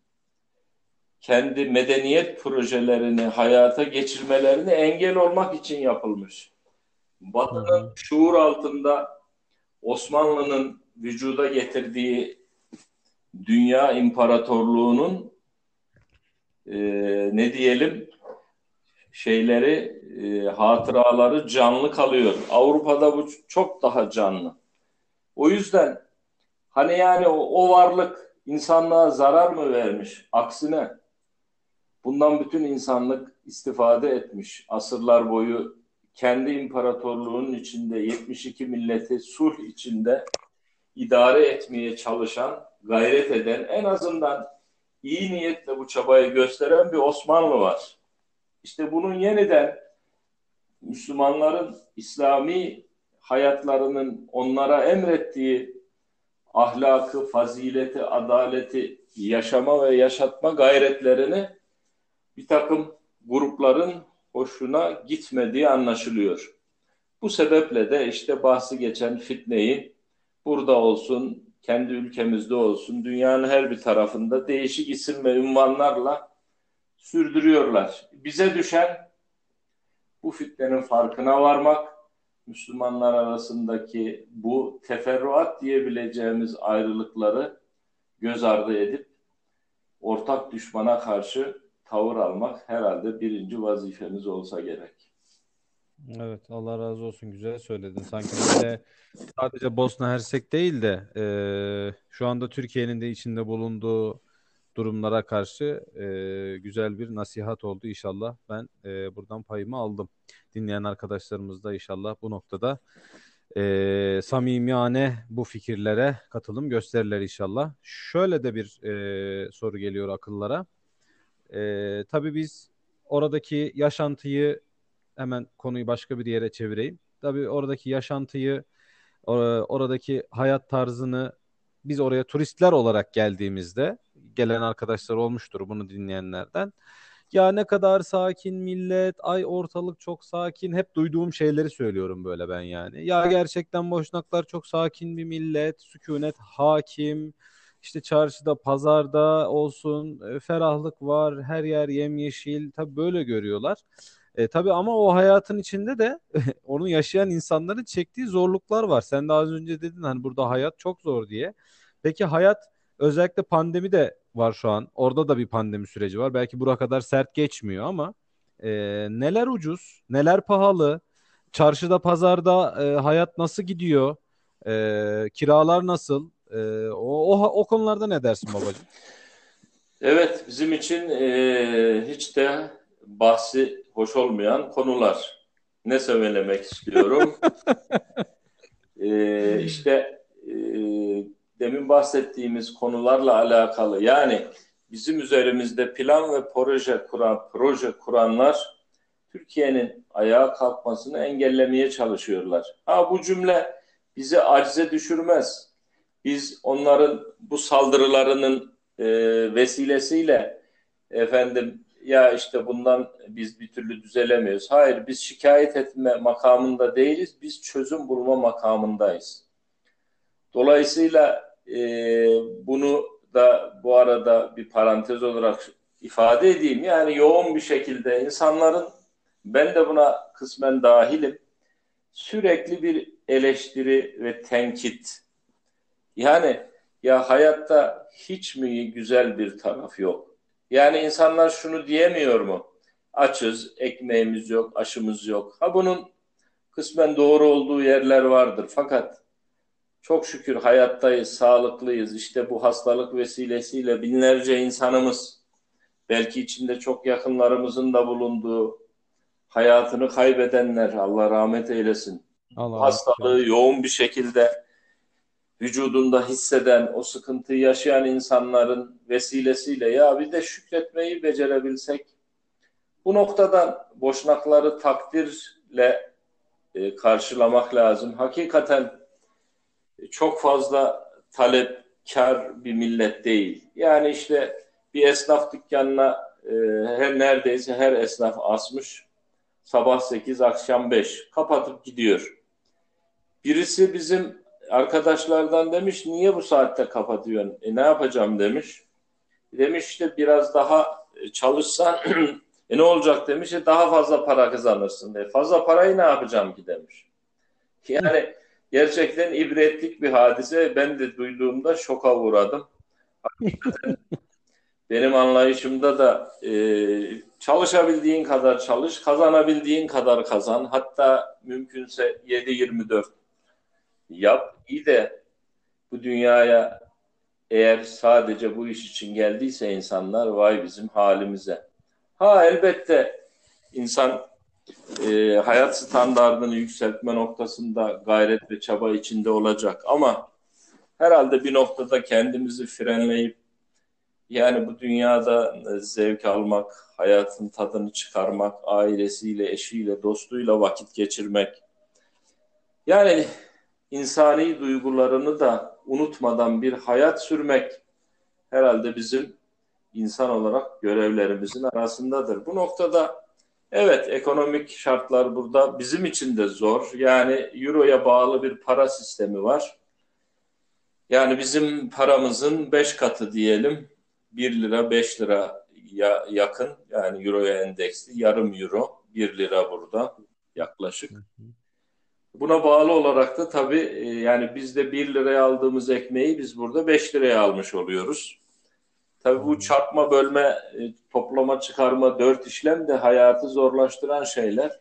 kendi medeniyet projelerini hayata geçirmelerine engel olmak için yapılmış. Hı Batı'nın hı. şuur altında Osmanlı'nın vücuda getirdiği dünya imparatorluğunun e, ne diyelim şeyleri, e, hatıraları canlı kalıyor. Avrupa'da bu çok daha canlı. O yüzden hani yani o, o varlık insanlığa zarar mı vermiş? Aksine bundan bütün insanlık istifade etmiş. Asırlar boyu kendi imparatorluğunun içinde yetmiş iki milleti sulh içinde idare etmeye çalışan, gayret eden, en azından iyi niyetle bu çabayı gösteren bir Osmanlı var. İşte bunun yeniden Müslümanların İslami hayatlarının onlara emrettiği ahlakı, fazileti, adaleti yaşama ve yaşatma gayretlerini bir takım grupların hoşuna gitmediği anlaşılıyor. Bu sebeple de işte bahsi geçen fitneyi burada olsun, kendi ülkemizde olsun, dünyanın her bir tarafında değişik isim ve ünvanlarla sürdürüyorlar. Bize düşen bu fitnenin farkına varmak, Müslümanlar arasındaki bu teferruat diyebileceğimiz ayrılıkları göz ardı edip ortak düşmana karşı tavır almak herhalde birinci vazifemiz olsa gerek. Evet, Allah razı olsun, güzel söyledin. Sanki böyle sadece Bosna Hersek değil de e, şu anda Türkiye'nin de içinde bulunduğu durumlara karşı e, güzel bir nasihat oldu inşallah. Ben e, buradan payımı aldım. Dinleyen arkadaşlarımız da inşallah bu noktada e, samimiyane bu fikirlere katılım gösterirler inşallah. Şöyle de bir e, soru geliyor akıllara. E, tabii biz oradaki yaşantıyı, hemen konuyu başka bir yere çevireyim. Tabii oradaki yaşantıyı, or- oradaki hayat tarzını biz oraya turistler olarak geldiğimizde, gelen arkadaşlar olmuştur bunu dinleyenlerden. Ya ne kadar sakin millet, ay ortalık çok sakin. Hep duyduğum şeyleri söylüyorum böyle ben yani. Ya gerçekten Boşnaklar çok sakin bir millet, sükunet hakim. İşte çarşıda, pazarda olsun, e, ferahlık var, her yer yemyeşil. Tabii böyle görüyorlar. E, tabii ama o hayatın içinde de onu yaşayan insanların çektiği zorluklar var. Sen de az önce dedin hani burada hayat çok zor diye. Peki hayat, özellikle pandemi de var şu an. Orada da bir pandemi süreci var. Belki buraya kadar sert geçmiyor ama e, neler ucuz, neler pahalı? Çarşıda, pazarda e, hayat nasıl gidiyor? E, kiralar nasıl? E, o, o, o konularda ne dersin babacığım? Evet, bizim için e, hiç de bahsi hoş olmayan konular. Ne söylemek istiyorum? E, işte e, demin bahsettiğimiz konularla alakalı. Yani bizim üzerimizde plan ve proje kuran, proje kuranlar Türkiye'nin ayağa kalkmasını engellemeye çalışıyorlar. Ha, bu cümle bizi acize düşürmez. Biz onların bu saldırılarının e, vesilesiyle efendim ya işte bundan biz bir türlü düzelemiyoruz. Hayır, biz şikayet etme makamında değiliz. Biz çözüm bulma makamındayız. Dolayısıyla e, bunu da bu arada bir parantez olarak ifade edeyim. Yani yoğun bir şekilde insanların, ben de buna kısmen dahilim, sürekli bir eleştiri ve tenkit. Yani ya hayatta hiç mi güzel bir taraf yok? Yani insanlar şunu diyemiyor mu? Açız, ekmeğimiz yok, aşımız yok. Ha, bunun kısmen doğru olduğu yerler vardır. Fakat çok şükür hayattayız, sağlıklıyız. İşte bu hastalık vesilesiyle binlerce insanımız, belki içinde çok yakınlarımızın da bulunduğu, hayatını kaybedenler, Allah rahmet eylesin. Allah rahmet Hastalığı eylesin. yoğun bir şekilde vücudunda hisseden, o sıkıntıyı yaşayan insanların vesilesiyle ya bir de şükretmeyi becerebilsek, bu noktadan Boşnakları takdirle e, karşılamak lazım. Hakikaten çok fazla talepkar bir millet değil. Yani işte bir esnaf dükkanına e, her neredeyse her esnaf asmış. Sabah sekiz, akşam beş kapatıp gidiyor. Birisi bizim arkadaşlardan demiş, niye bu saatte kapatıyorsun? E ne yapacağım demiş. Demiş işte biraz daha çalışsan e ne olacak demiş. E daha fazla para kazanırsın. E fazla parayı ne yapacağım ki demiş. Yani gerçekten ibretlik bir hadise. Ben de duyduğumda şoka uğradım. Benim anlayışımda da e, çalışabildiğin kadar çalış, kazanabildiğin kadar kazan. Hatta mümkünse yedi yirmi dört yap. İyi de bu dünyaya eğer sadece bu iş için geldiyse insanlar, vay bizim halimize. Ha elbette insan e, hayat standartını yükseltme noktasında gayret ve çaba içinde olacak. Ama herhalde bir noktada kendimizi frenleyip, yani bu dünyada zevk almak, hayatın tadını çıkarmak, ailesiyle, eşiyle, dostuyla vakit geçirmek, yani insani duygularını da unutmadan bir hayat sürmek herhalde bizim insan olarak görevlerimizin arasındadır. Bu noktada evet, ekonomik şartlar burada bizim için de zor. Yani Euro'ya bağlı bir para sistemi var. Yani bizim paramızın beş katı diyelim, bir lira beş lira ya yakın, yani Euro'ya endeksli, yarım Euro bir lira burada yaklaşık. Buna bağlı olarak da tabii e, yani biz de bir liraya aldığımız ekmeği biz burada beş liraya almış oluyoruz. Tabii bu çarpma, bölme, e, toplama, çıkarma, dört işlem de hayatı zorlaştıran şeyler.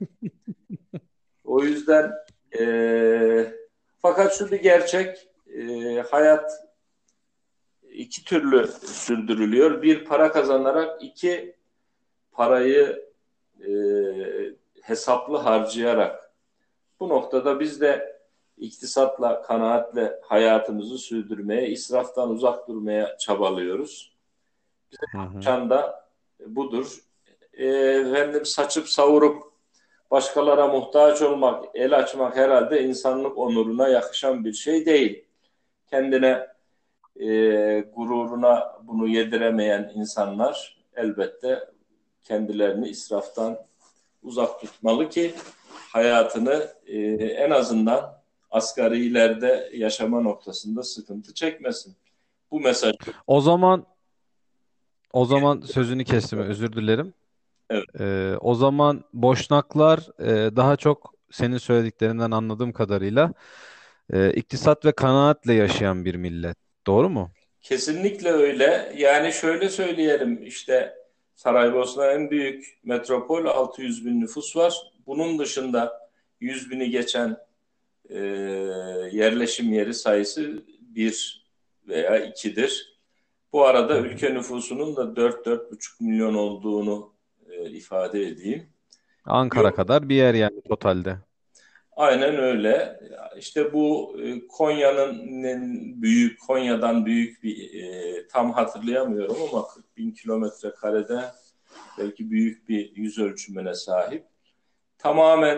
O yüzden e, fakat şu bir gerçek, e, hayat iki türlü sürdürülüyor. Bir, para kazanarak; iki, parayı e, hesaplı harcayarak. Bu noktada biz de iktisatla, kanaatle hayatımızı sürdürmeye, israftan uzak durmaya çabalıyoruz. Bize da budur. E, efendim saçıp savurup başkalara muhtaç olmak, el açmak herhalde insanlık onuruna yakışan bir şey değil. Kendine, e, gururuna bunu yediremeyen insanlar elbette kendilerini israftan uzak tutmalı ki hayatını e, en azından asgarilerde yaşama noktasında sıkıntı çekmesin. Bu mesaj. O zaman o zaman sözünü kestim, özür dilerim. Evet. Ee, o zaman Boşnaklar e, daha çok senin söylediklerinden anladığım kadarıyla e, iktisat ve kanaatle yaşayan bir millet. Doğru mu? Kesinlikle öyle. Yani şöyle söyleyelim, işte Saraybosna en büyük metropol, altı yüz bin nüfus var. Bunun dışında yüz bini geçen e, yerleşim yeri sayısı bir veya ikidir. Bu arada ülke nüfusunun da dört dört buçuk milyon olduğunu e, ifade edeyim. Ankara Yok. kadar bir yer yani totalde. Aynen öyle. İşte bu e, Konya'nın büyük, Konya'dan büyük bir, e, tam hatırlayamıyorum ama kırk bin kilometre karede belki büyük bir yüz ölçümüne sahip. Tamamen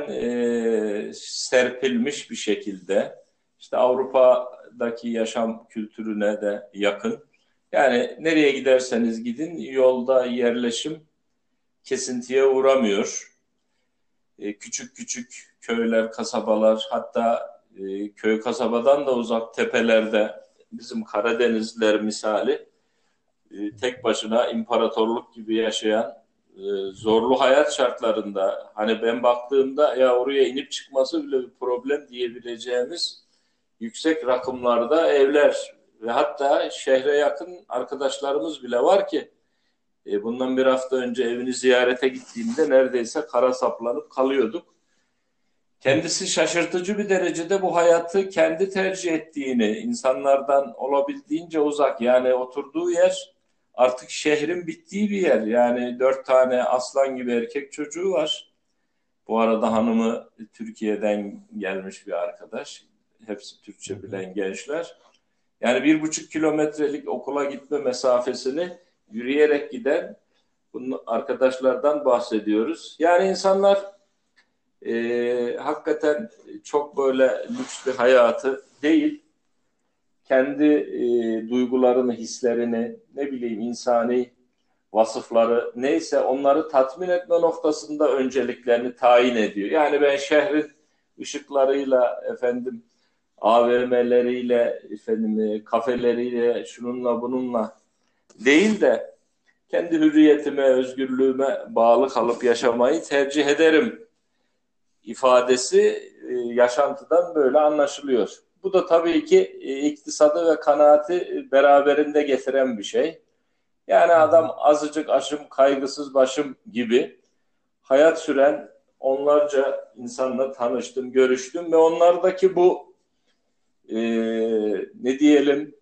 e, serpilmiş bir şekilde, işte Avrupa'daki yaşam kültürüne de yakın. Yani nereye giderseniz gidin yolda yerleşim kesintiye uğramıyor. E, küçük küçük köyler, kasabalar, hatta e, köy kasabadan da uzak tepelerde bizim Karadenizliler misali e, tek başına imparatorluk gibi yaşayan, e, zorlu hayat şartlarında, hani ben baktığımda ya oraya inip çıkması bile bir problem diyebileceğimiz yüksek rakımlarda evler ve hatta şehre yakın arkadaşlarımız bile var ki e, bundan bir hafta önce evini ziyarete gittiğimde neredeyse kara saplanıp kalıyorduk. Kendisi şaşırtıcı bir derecede bu hayatı kendi tercih ettiğini, insanlardan olabildiğince uzak, yani oturduğu yer artık şehrin bittiği bir yer. Yani dört tane aslan gibi erkek çocuğu var. Bu arada hanımı Türkiye'den gelmiş bir arkadaş. Hepsi Türkçe bilen gençler. Yani bir buçuk kilometrelik okula gitme mesafesini yürüyerek giden bunun arkadaşlardan bahsediyoruz. Yani insanlar e, hakikaten çok böyle lüks bir hayatı değil, kendi e, duygularını, hislerini, ne bileyim insani vasıfları neyse onları tatmin etme noktasında önceliklerini tayin ediyor. Yani ben şehrin ışıklarıyla, efendim A V M'leriyle, efendim kafeleriyle, şununla bununla değil de kendi hürriyetime, özgürlüğüme bağlı kalıp yaşamayı tercih ederim ifadesi e, yaşantıdan böyle anlaşılıyor. Bu da tabii ki e, iktisadı ve kanaati beraberinde getiren bir şey. Yani adam azıcık aşım, kaygısız başım gibi hayat süren onlarca insanla tanıştım, görüştüm ve onlardaki bu e, ne diyelim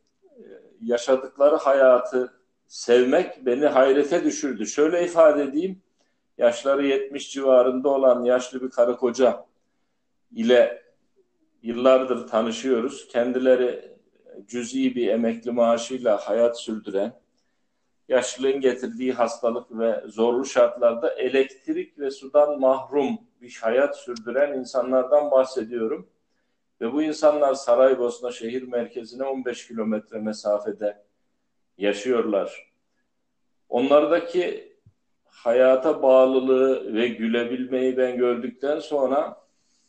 yaşadıkları hayatı sevmek beni hayrete düşürdü. Şöyle ifade edeyim, yaşları yetmiş civarında olan yaşlı bir karı koca ile yıllardır tanışıyoruz. Kendileri cüz'i bir emekli maaşıyla hayat sürdüren, yaşlılığın getirdiği hastalık ve zorlu şartlarda elektrik ve sudan mahrum bir hayat sürdüren insanlardan bahsediyorum. Ve bu insanlar Saraybosna şehir merkezine on beş kilometre mesafede yaşıyorlar. Onlardaki hayata bağlılığı ve gülebilmeyi ben gördükten sonra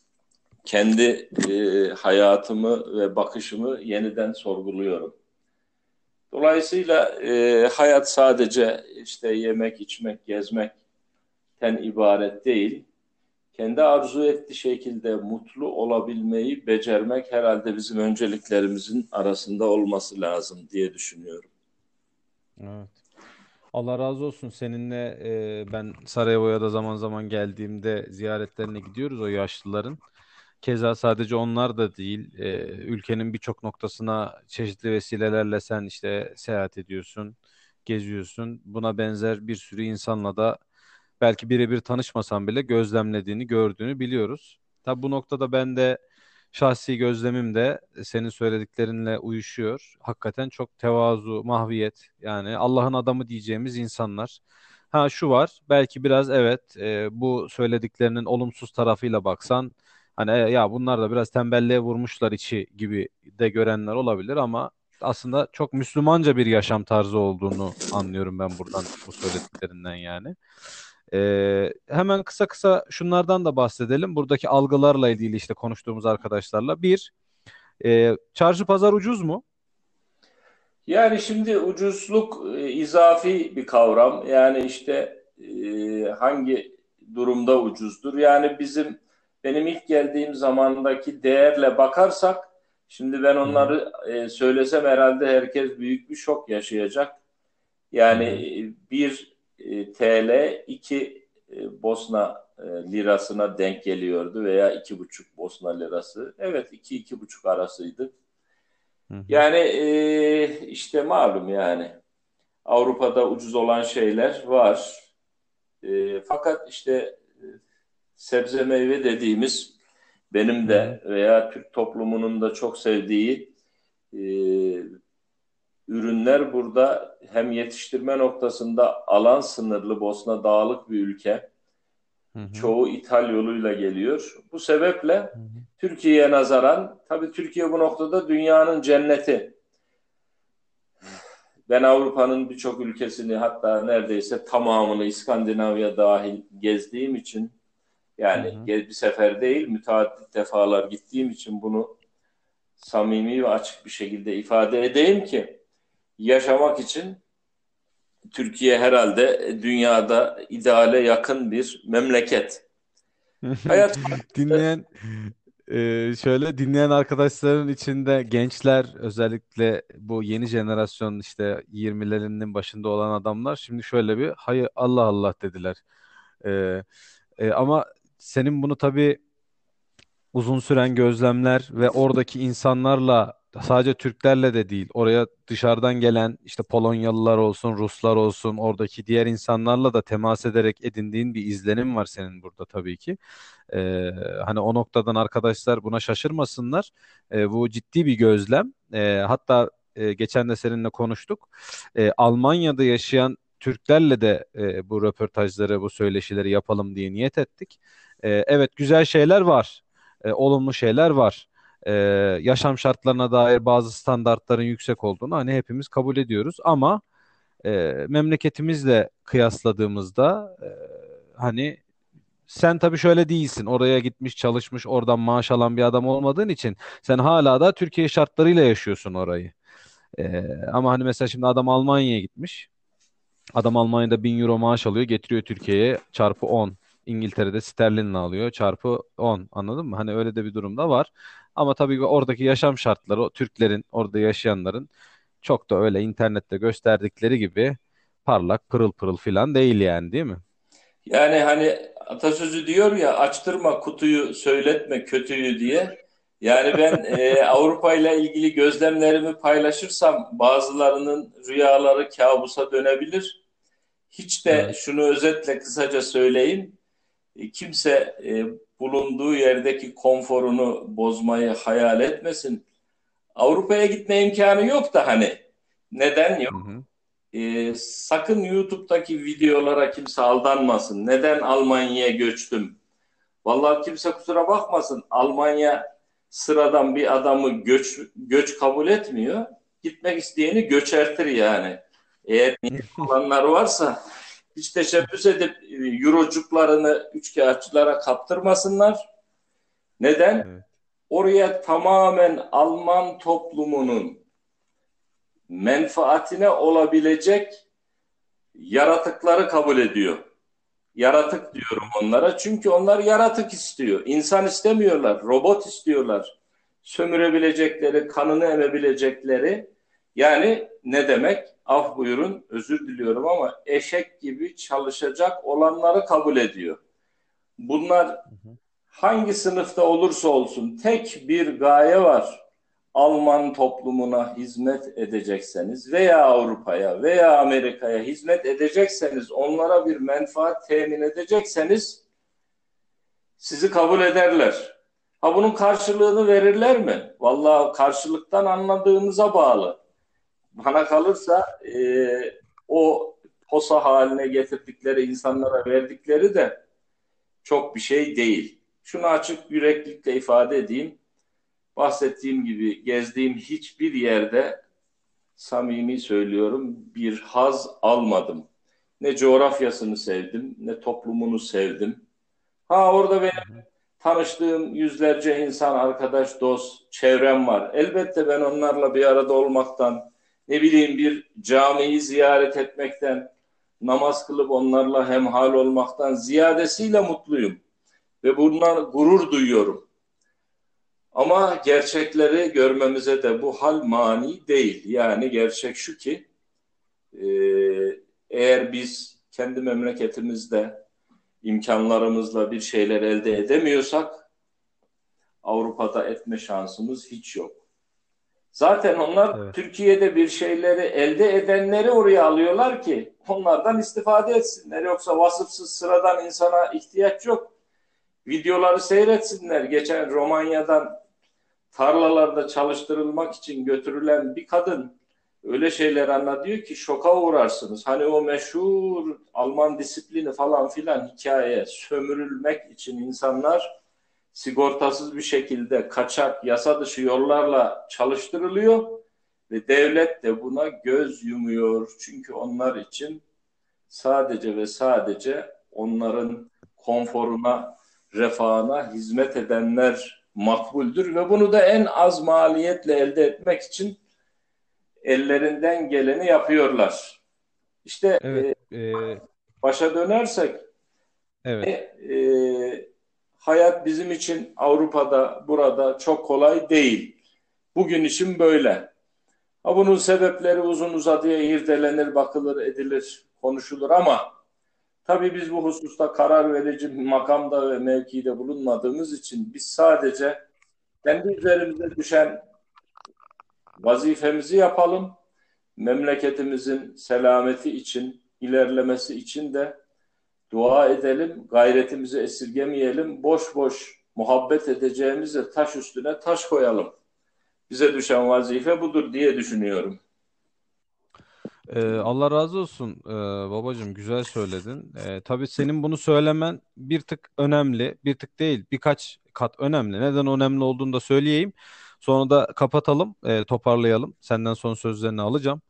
kendi e, hayatımı ve bakışımı yeniden sorguluyorum. Dolayısıyla e, hayat sadece işte yemek, içmek, gezmekten ibaret değil. Kendi arzu ettiği şekilde mutlu olabilmeyi becermek herhalde bizim önceliklerimizin arasında olması lazım diye düşünüyorum. Evet. Allah razı olsun. Seninle e, ben Sarajevo'ya da zaman zaman geldiğimde ziyaretlerine gidiyoruz o yaşlıların. Keza sadece onlar da değil, e, ülkenin birçok noktasına çeşitli vesilelerle sen işte seyahat ediyorsun, geziyorsun. Buna benzer bir sürü insanla da belki birebir tanışmasan bile gözlemlediğini, gördüğünü biliyoruz. Tabi bu noktada ben de şahsi gözlemim de senin söylediklerinle uyuşuyor. Hakikaten çok tevazu, mahviyet yani Allah'ın adamı diyeceğimiz insanlar. Ha şu var belki biraz evet e, bu söylediklerinin olumsuz tarafıyla baksan hani e, ya bunlar da biraz tembelliğe vurmuşlar içi gibi de görenler olabilir ama aslında çok Müslümanca bir yaşam tarzı olduğunu anlıyorum ben buradan bu söylediklerinden yani. Ee, hemen kısa kısa şunlardan da bahsedelim. Buradaki algılarla ilgili işte konuştuğumuz arkadaşlarla. Bir, e, çarşı pazar ucuz mu? Yani şimdi ucuzluk e, izafi bir kavram. Yani işte e, hangi durumda ucuzdur? Yani bizim benim ilk geldiğim zamandaki değerle bakarsak, şimdi ben Hı hı. onları e, söylesem herhalde herkes büyük bir şok yaşayacak. Hı Yani hı. e, bir e, T L iki e, Bosna e, lirasına denk geliyordu veya iki buçuk Bosna lirası. Evet, iki iki buçuk arasıydı. Hı hı. Yani e, işte malum yani Avrupa'da ucuz olan şeyler var. E, fakat işte e, sebze meyve dediğimiz benim Hı hı. de veya Türk toplumunun da çok sevdiği e, ürünler burada hem yetiştirme noktasında alan sınırlı, Bosna dağlık bir ülke. Hı hı. Çoğu ithal yoluyla geliyor. Bu sebeple Hı hı. Türkiye'ye nazaran, tabii Türkiye bu noktada dünyanın cenneti. Ben Avrupa'nın birçok ülkesini, hatta neredeyse tamamını, İskandinavya dahil gezdiğim için, Hı yani hı. bir sefer değil müteaddit defalar gittiğim için bunu samimi ve açık bir şekilde ifade edeyim ki yaşamak için Türkiye herhalde dünyada ideale yakın bir memleket. Hayat Dinleyen e, şöyle dinleyen arkadaşların içinde gençler özellikle bu yeni jenerasyon işte yirmilerinin başında olan adamlar şimdi şöyle bir hayır Allah Allah dediler. E, e, ama senin bunu tabii uzun süren gözlemler ve oradaki insanlarla sadece Türklerle de değil oraya dışarıdan gelen işte Polonyalılar olsun Ruslar olsun oradaki diğer insanlarla da temas ederek edindiğin bir izlenim var senin burada tabii ki. Ee, hani o noktadan arkadaşlar buna şaşırmasınlar. Ee, bu ciddi bir gözlem. Ee, hatta e, geçen de seninle konuştuk. Ee, Almanya'da yaşayan Türklerle de e, bu röportajları, bu söyleşileri yapalım diye niyet ettik. Ee, evet güzel şeyler var, e, olumlu şeyler var. Ee, yaşam şartlarına dair bazı standartların yüksek olduğunu hani hepimiz kabul ediyoruz. Ama e, memleketimizle kıyasladığımızda e, hani sen tabii şöyle değilsin. Oraya gitmiş, çalışmış, oradan maaş alan bir adam olmadığın için sen hala da Türkiye şartlarıyla yaşıyorsun orayı. Ee, ama hani mesela şimdi adam Almanya'ya gitmiş. Adam Almanya'da bin euro maaş alıyor, getiriyor Türkiye'ye çarpı on. İngiltere'de sterlinle alıyor çarpı on. Anladın mı? Hani öyle de bir durumda var. Ama tabii ki oradaki yaşam şartları, o Türklerin, orada yaşayanların çok da öyle internette gösterdikleri gibi parlak, pırıl pırıl filan değil yani, değil mi? Yani hani atasözü diyor ya, açtırma kutuyu söyletme kötüyü diye. Yani ben e, Avrupa ile ilgili gözlemlerimi paylaşırsam bazılarının rüyaları kabusa dönebilir. Hiç de Evet. şunu özetle kısaca söyleyeyim. E, Kimse e, bulunduğu yerdeki konforunu bozmayı hayal etmesin. Avrupa'ya gitme imkanı yok da hani. Neden Hı yok? hı. E, sakın YouTube'daki videolara kimse aldanmasın. Neden Almanya'ya göçtüm? Vallahi kimse kusura bakmasın. Almanya sıradan bir adamı göç göç kabul etmiyor. Gitmek isteyeni göçertir yani. Eğer niyet olanlar varsa hiç teşebbüs edip e, eurocuklarını üçkağıtçılara kaptırmasınlar. Neden? Evet. Oraya tamamen Alman toplumunun menfaatine olabilecek yaratıkları kabul ediyor. Yaratık diyorum onlara. Çünkü onlar yaratık istiyor. İnsan istemiyorlar. Robot istiyorlar. Sömürebilecekleri, kanını emebilecekleri. Yani ne demek? Af buyurun, özür diliyorum ama eşek gibi çalışacak olanları kabul ediyor. Bunlar Hı hı. hangi sınıfta olursa olsun tek bir gaye var. Alman toplumuna hizmet edecekseniz veya Avrupa'ya veya Amerika'ya hizmet edecekseniz, onlara bir menfaat temin edecekseniz sizi kabul ederler. Ha bunun karşılığını verirler mi? Vallahi karşılıktan anladığımıza bağlı. Bana kalırsa e, o posa haline getirdikleri insanlara verdikleri de çok bir şey değil. Şunu açık yüreklilikle ifade edeyim. Bahsettiğim gibi gezdiğim hiçbir yerde samimi söylüyorum bir haz almadım. Ne coğrafyasını sevdim, ne toplumunu sevdim. Ha orada Hı benim hı. tanıştığım yüzlerce insan, arkadaş, dost, çevrem var. Elbette ben onlarla bir arada olmaktan, ne bileyim bir camiyi ziyaret etmekten, namaz kılıp onlarla hemhal olmaktan ziyadesiyle mutluyum. Ve bundan gurur duyuyorum. Ama gerçekleri görmemize de bu hal mani değil. Yani gerçek şu ki e, eğer biz kendi memleketimizde imkanlarımızla bir şeyler elde edemiyorsak Avrupa'da etme şansımız hiç yok. Zaten onlar Evet. Türkiye'de bir şeyleri elde edenleri oraya alıyorlar ki onlardan istifade etsinler. Yoksa vasıfsız sıradan insana ihtiyaç yok. Videoları seyretsinler. Geçen Romanya'dan tarlalarda çalıştırılmak için götürülen bir kadın öyle şeyler anlatıyor ki şoka uğrarsınız. Hani o meşhur Alman disiplini falan filan hikaye, sömürülmek için insanlar sigortasız bir şekilde kaçak, yasa dışı yollarla çalıştırılıyor ve devlet de buna göz yumuyor. Çünkü onlar için sadece ve sadece onların konforuna, refahına hizmet edenler makbuldür ve bunu da en az maliyetle elde etmek için ellerinden geleni yapıyorlar. İşte Evet, e, e, başa dönersek e, evet. e, hayat bizim için Avrupa'da, burada çok kolay değil. Bugün için böyle. Ha, bunun sebepleri uzun uzadıya irdelenir, bakılır, edilir, konuşulur ama tabii biz bu hususta karar verici bir makamda ve mevkide bulunmadığımız için biz sadece kendi üzerimize düşen vazifemizi yapalım. Memleketimizin selameti için, ilerlemesi için de dua edelim, gayretimizi esirgemeyelim. Boş boş muhabbet edeceğimize taş üstüne taş koyalım. Bize düşen vazife budur diye düşünüyorum. Ee, Allah razı olsun ee, babacığım, güzel söyledin. Ee, tabii senin bunu söylemen bir tık önemli, bir tık değil birkaç kat önemli. Neden önemli olduğunu da söyleyeyim. Sonra da kapatalım, ee, toparlayalım. Senden son sözlerini alacağım.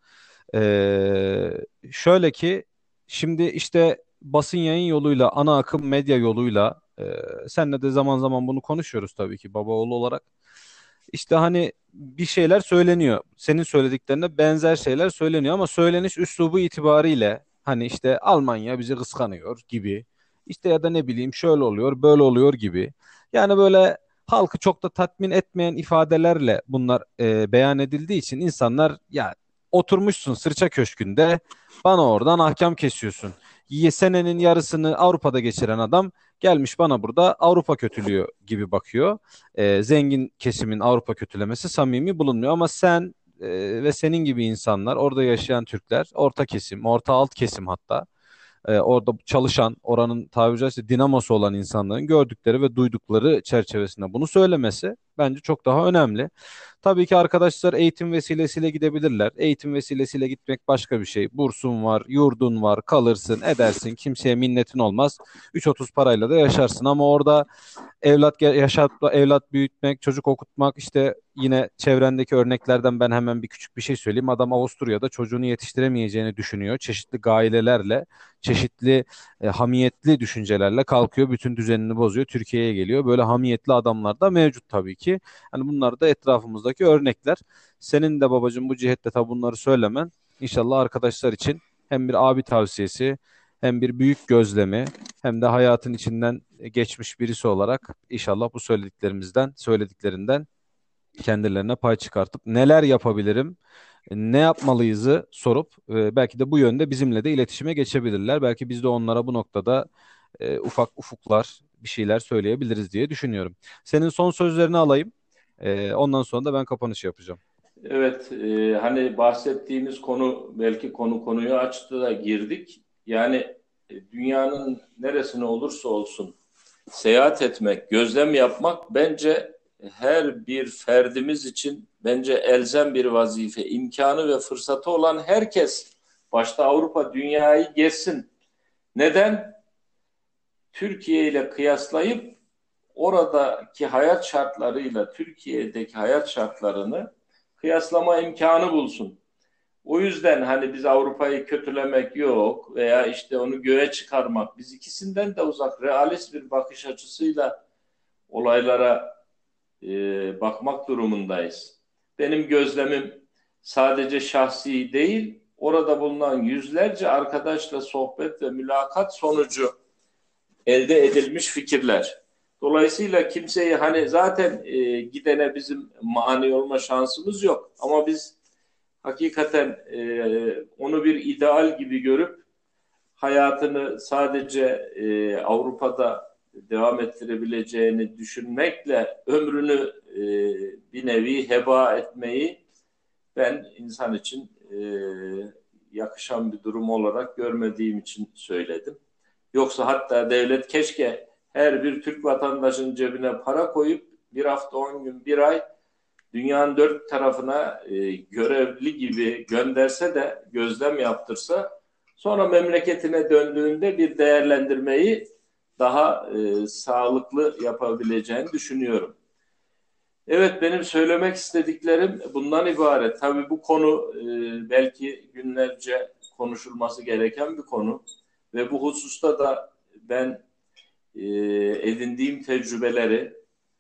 Ee, şöyle ki şimdi işte basın yayın yoluyla, ana akım medya yoluyla e, senle de zaman zaman bunu konuşuyoruz tabii ki baba oğlu olarak. İşte hani bir şeyler söyleniyor. Senin söylediklerine benzer şeyler söyleniyor ama söyleniş üslubu itibariyle hani işte Almanya bizi kıskanıyor gibi. İşte ya da ne bileyim şöyle oluyor, böyle oluyor gibi. Yani böyle halkı çok da tatmin etmeyen ifadelerle bunlar e, beyan edildiği için insanlar ya oturmuşsun sırça köşkünde bana oradan ahkam kesiyorsun. Y- Senenin yarısını Avrupa'da geçiren adam gelmiş bana burada Avrupa kötülüğü gibi bakıyor. E, zengin kesimin Avrupa kötülemesi samimi bulunmuyor ama sen e, ve senin gibi insanlar, orada yaşayan Türkler, orta kesim, orta alt kesim hatta. e, orada çalışan, oranın tabiri caizse dinamosu olan insanların gördükleri ve duydukları çerçevesinde bunu söylemesi bence çok daha önemli. Tabii ki arkadaşlar eğitim vesilesiyle gidebilirler. Eğitim vesilesiyle gitmek başka bir şey. Bursun var, yurdun var, kalırsın, edersin. Kimseye minnetin olmaz. üç otuz parayla da yaşarsın ama orada evlat ge- yaşatma, evlat büyütmek, çocuk okutmak, işte yine çevrendeki örneklerden ben hemen bir küçük bir şey söyleyeyim. Adam Avusturya'da çocuğunu yetiştiremeyeceğini düşünüyor. Çeşitli gailelerle, çeşitli e, hamiyetli düşüncelerle kalkıyor, bütün düzenini bozuyor, Türkiye'ye geliyor. Böyle hamiyetli adamlar da mevcut tabii ki. Hani bunlar da etrafımızdaki örnekler. Senin de babacığım bu cihette tabi bunları söylemen inşallah arkadaşlar için hem bir abi tavsiyesi, hem bir büyük gözlemi, hem de hayatın içinden geçmiş birisi olarak inşallah bu söylediklerimizden, söylediklerinden kendilerine pay çıkartıp neler yapabilirim, ne yapmalıyızı sorup e, belki de bu yönde bizimle de iletişime geçebilirler. Belki biz de onlara bu noktada e, ufak ufuklar, bir şeyler söyleyebiliriz diye düşünüyorum. Senin son sözlerini alayım. E, ondan sonra da ben kapanış yapacağım. Evet, e, hani bahsettiğimiz konu belki konu konuyu açtı da girdik. Yani e, dünyanın neresine olursa olsun seyahat etmek, gözlem yapmak bence her bir ferdimiz için bence elzem bir vazife. İmkanı ve fırsatı olan herkes, başta Avrupa, dünyayı gezsin. Neden? Türkiye ile kıyaslayıp oradaki hayat şartlarıyla Türkiye'deki hayat şartlarını kıyaslama imkanı bulsun. O yüzden hani biz Avrupa'yı kötülemek yok veya işte onu göğe çıkarmak. Biz ikisinden de uzak, realist bir bakış açısıyla olaylara e, bakmak durumundayız. Benim gözlemim sadece şahsi değil, orada bulunan yüzlerce arkadaşla sohbet ve mülakat sonucu elde edilmiş fikirler. Dolayısıyla kimseyi hani zaten e, gidene bizim mani olma şansımız yok. Ama biz hakikaten e, onu bir ideal gibi görüp hayatını sadece e, Avrupa'da devam ettirebileceğini düşünmekle ömrünü e, bir nevi heba etmeyi ben insan için e, yakışan bir durum olarak görmediğim için söyledim. Yoksa hatta devlet keşke her bir Türk vatandaşının cebine para koyup bir hafta, on gün, bir ay dünyanın dört tarafına e, görevli gibi gönderse de gözlem yaptırsa sonra memleketine döndüğünde bir değerlendirmeyi daha e, sağlıklı yapabileceğini düşünüyorum. Evet, benim söylemek istediklerim bundan ibaret. Tabii bu konu e, belki günlerce konuşulması gereken bir konu ve bu hususta da ben e, edindiğim tecrübeleri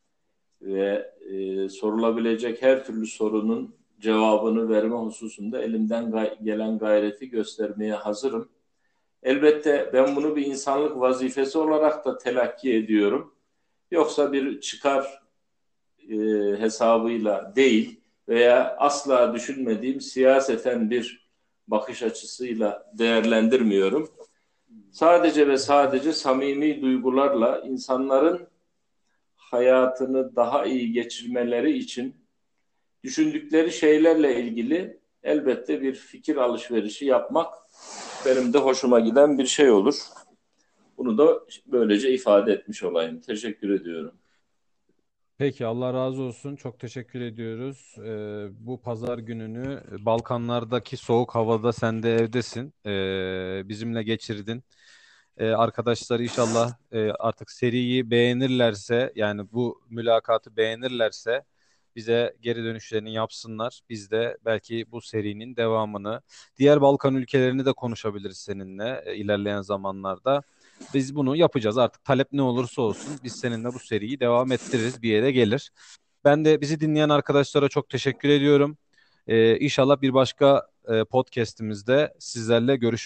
ve e, sorulabilecek her türlü sorunun cevabını verme hususunda elimden gay- gelen gayreti göstermeye hazırım. Elbette ben bunu bir insanlık vazifesi olarak da telakki ediyorum. Yoksa bir çıkar e, hesabıyla değil veya asla düşünmediğim siyaseten bir bakış açısıyla değerlendirmiyorum. Sadece ve sadece samimi duygularla insanların hayatını daha iyi geçirmeleri için düşündükleri şeylerle ilgili elbette bir fikir alışverişi yapmak benim de hoşuma giden bir şey olur. Bunu da böylece ifade etmiş olayım. Teşekkür ediyorum. Peki Allah razı olsun. Çok teşekkür ediyoruz. Ee, bu pazar gününü Balkanlardaki soğuk havada sen de evdesin. Ee, bizimle geçirdin. Ee, arkadaşlar inşallah e, artık seriyi beğenirlerse, yani bu mülakatı beğenirlerse bize geri dönüşlerini yapsınlar. Biz de belki bu serinin devamını, diğer Balkan ülkelerini de konuşabiliriz seninle e, ilerleyen zamanlarda. Biz bunu yapacağız artık, talep ne olursa olsun biz seninle bu seriyi devam ettiririz, bir yere gelir. Ben de bizi dinleyen arkadaşlara çok teşekkür ediyorum. Ee, İnşallah bir başka e, podcast'imizde sizlerle görüşmek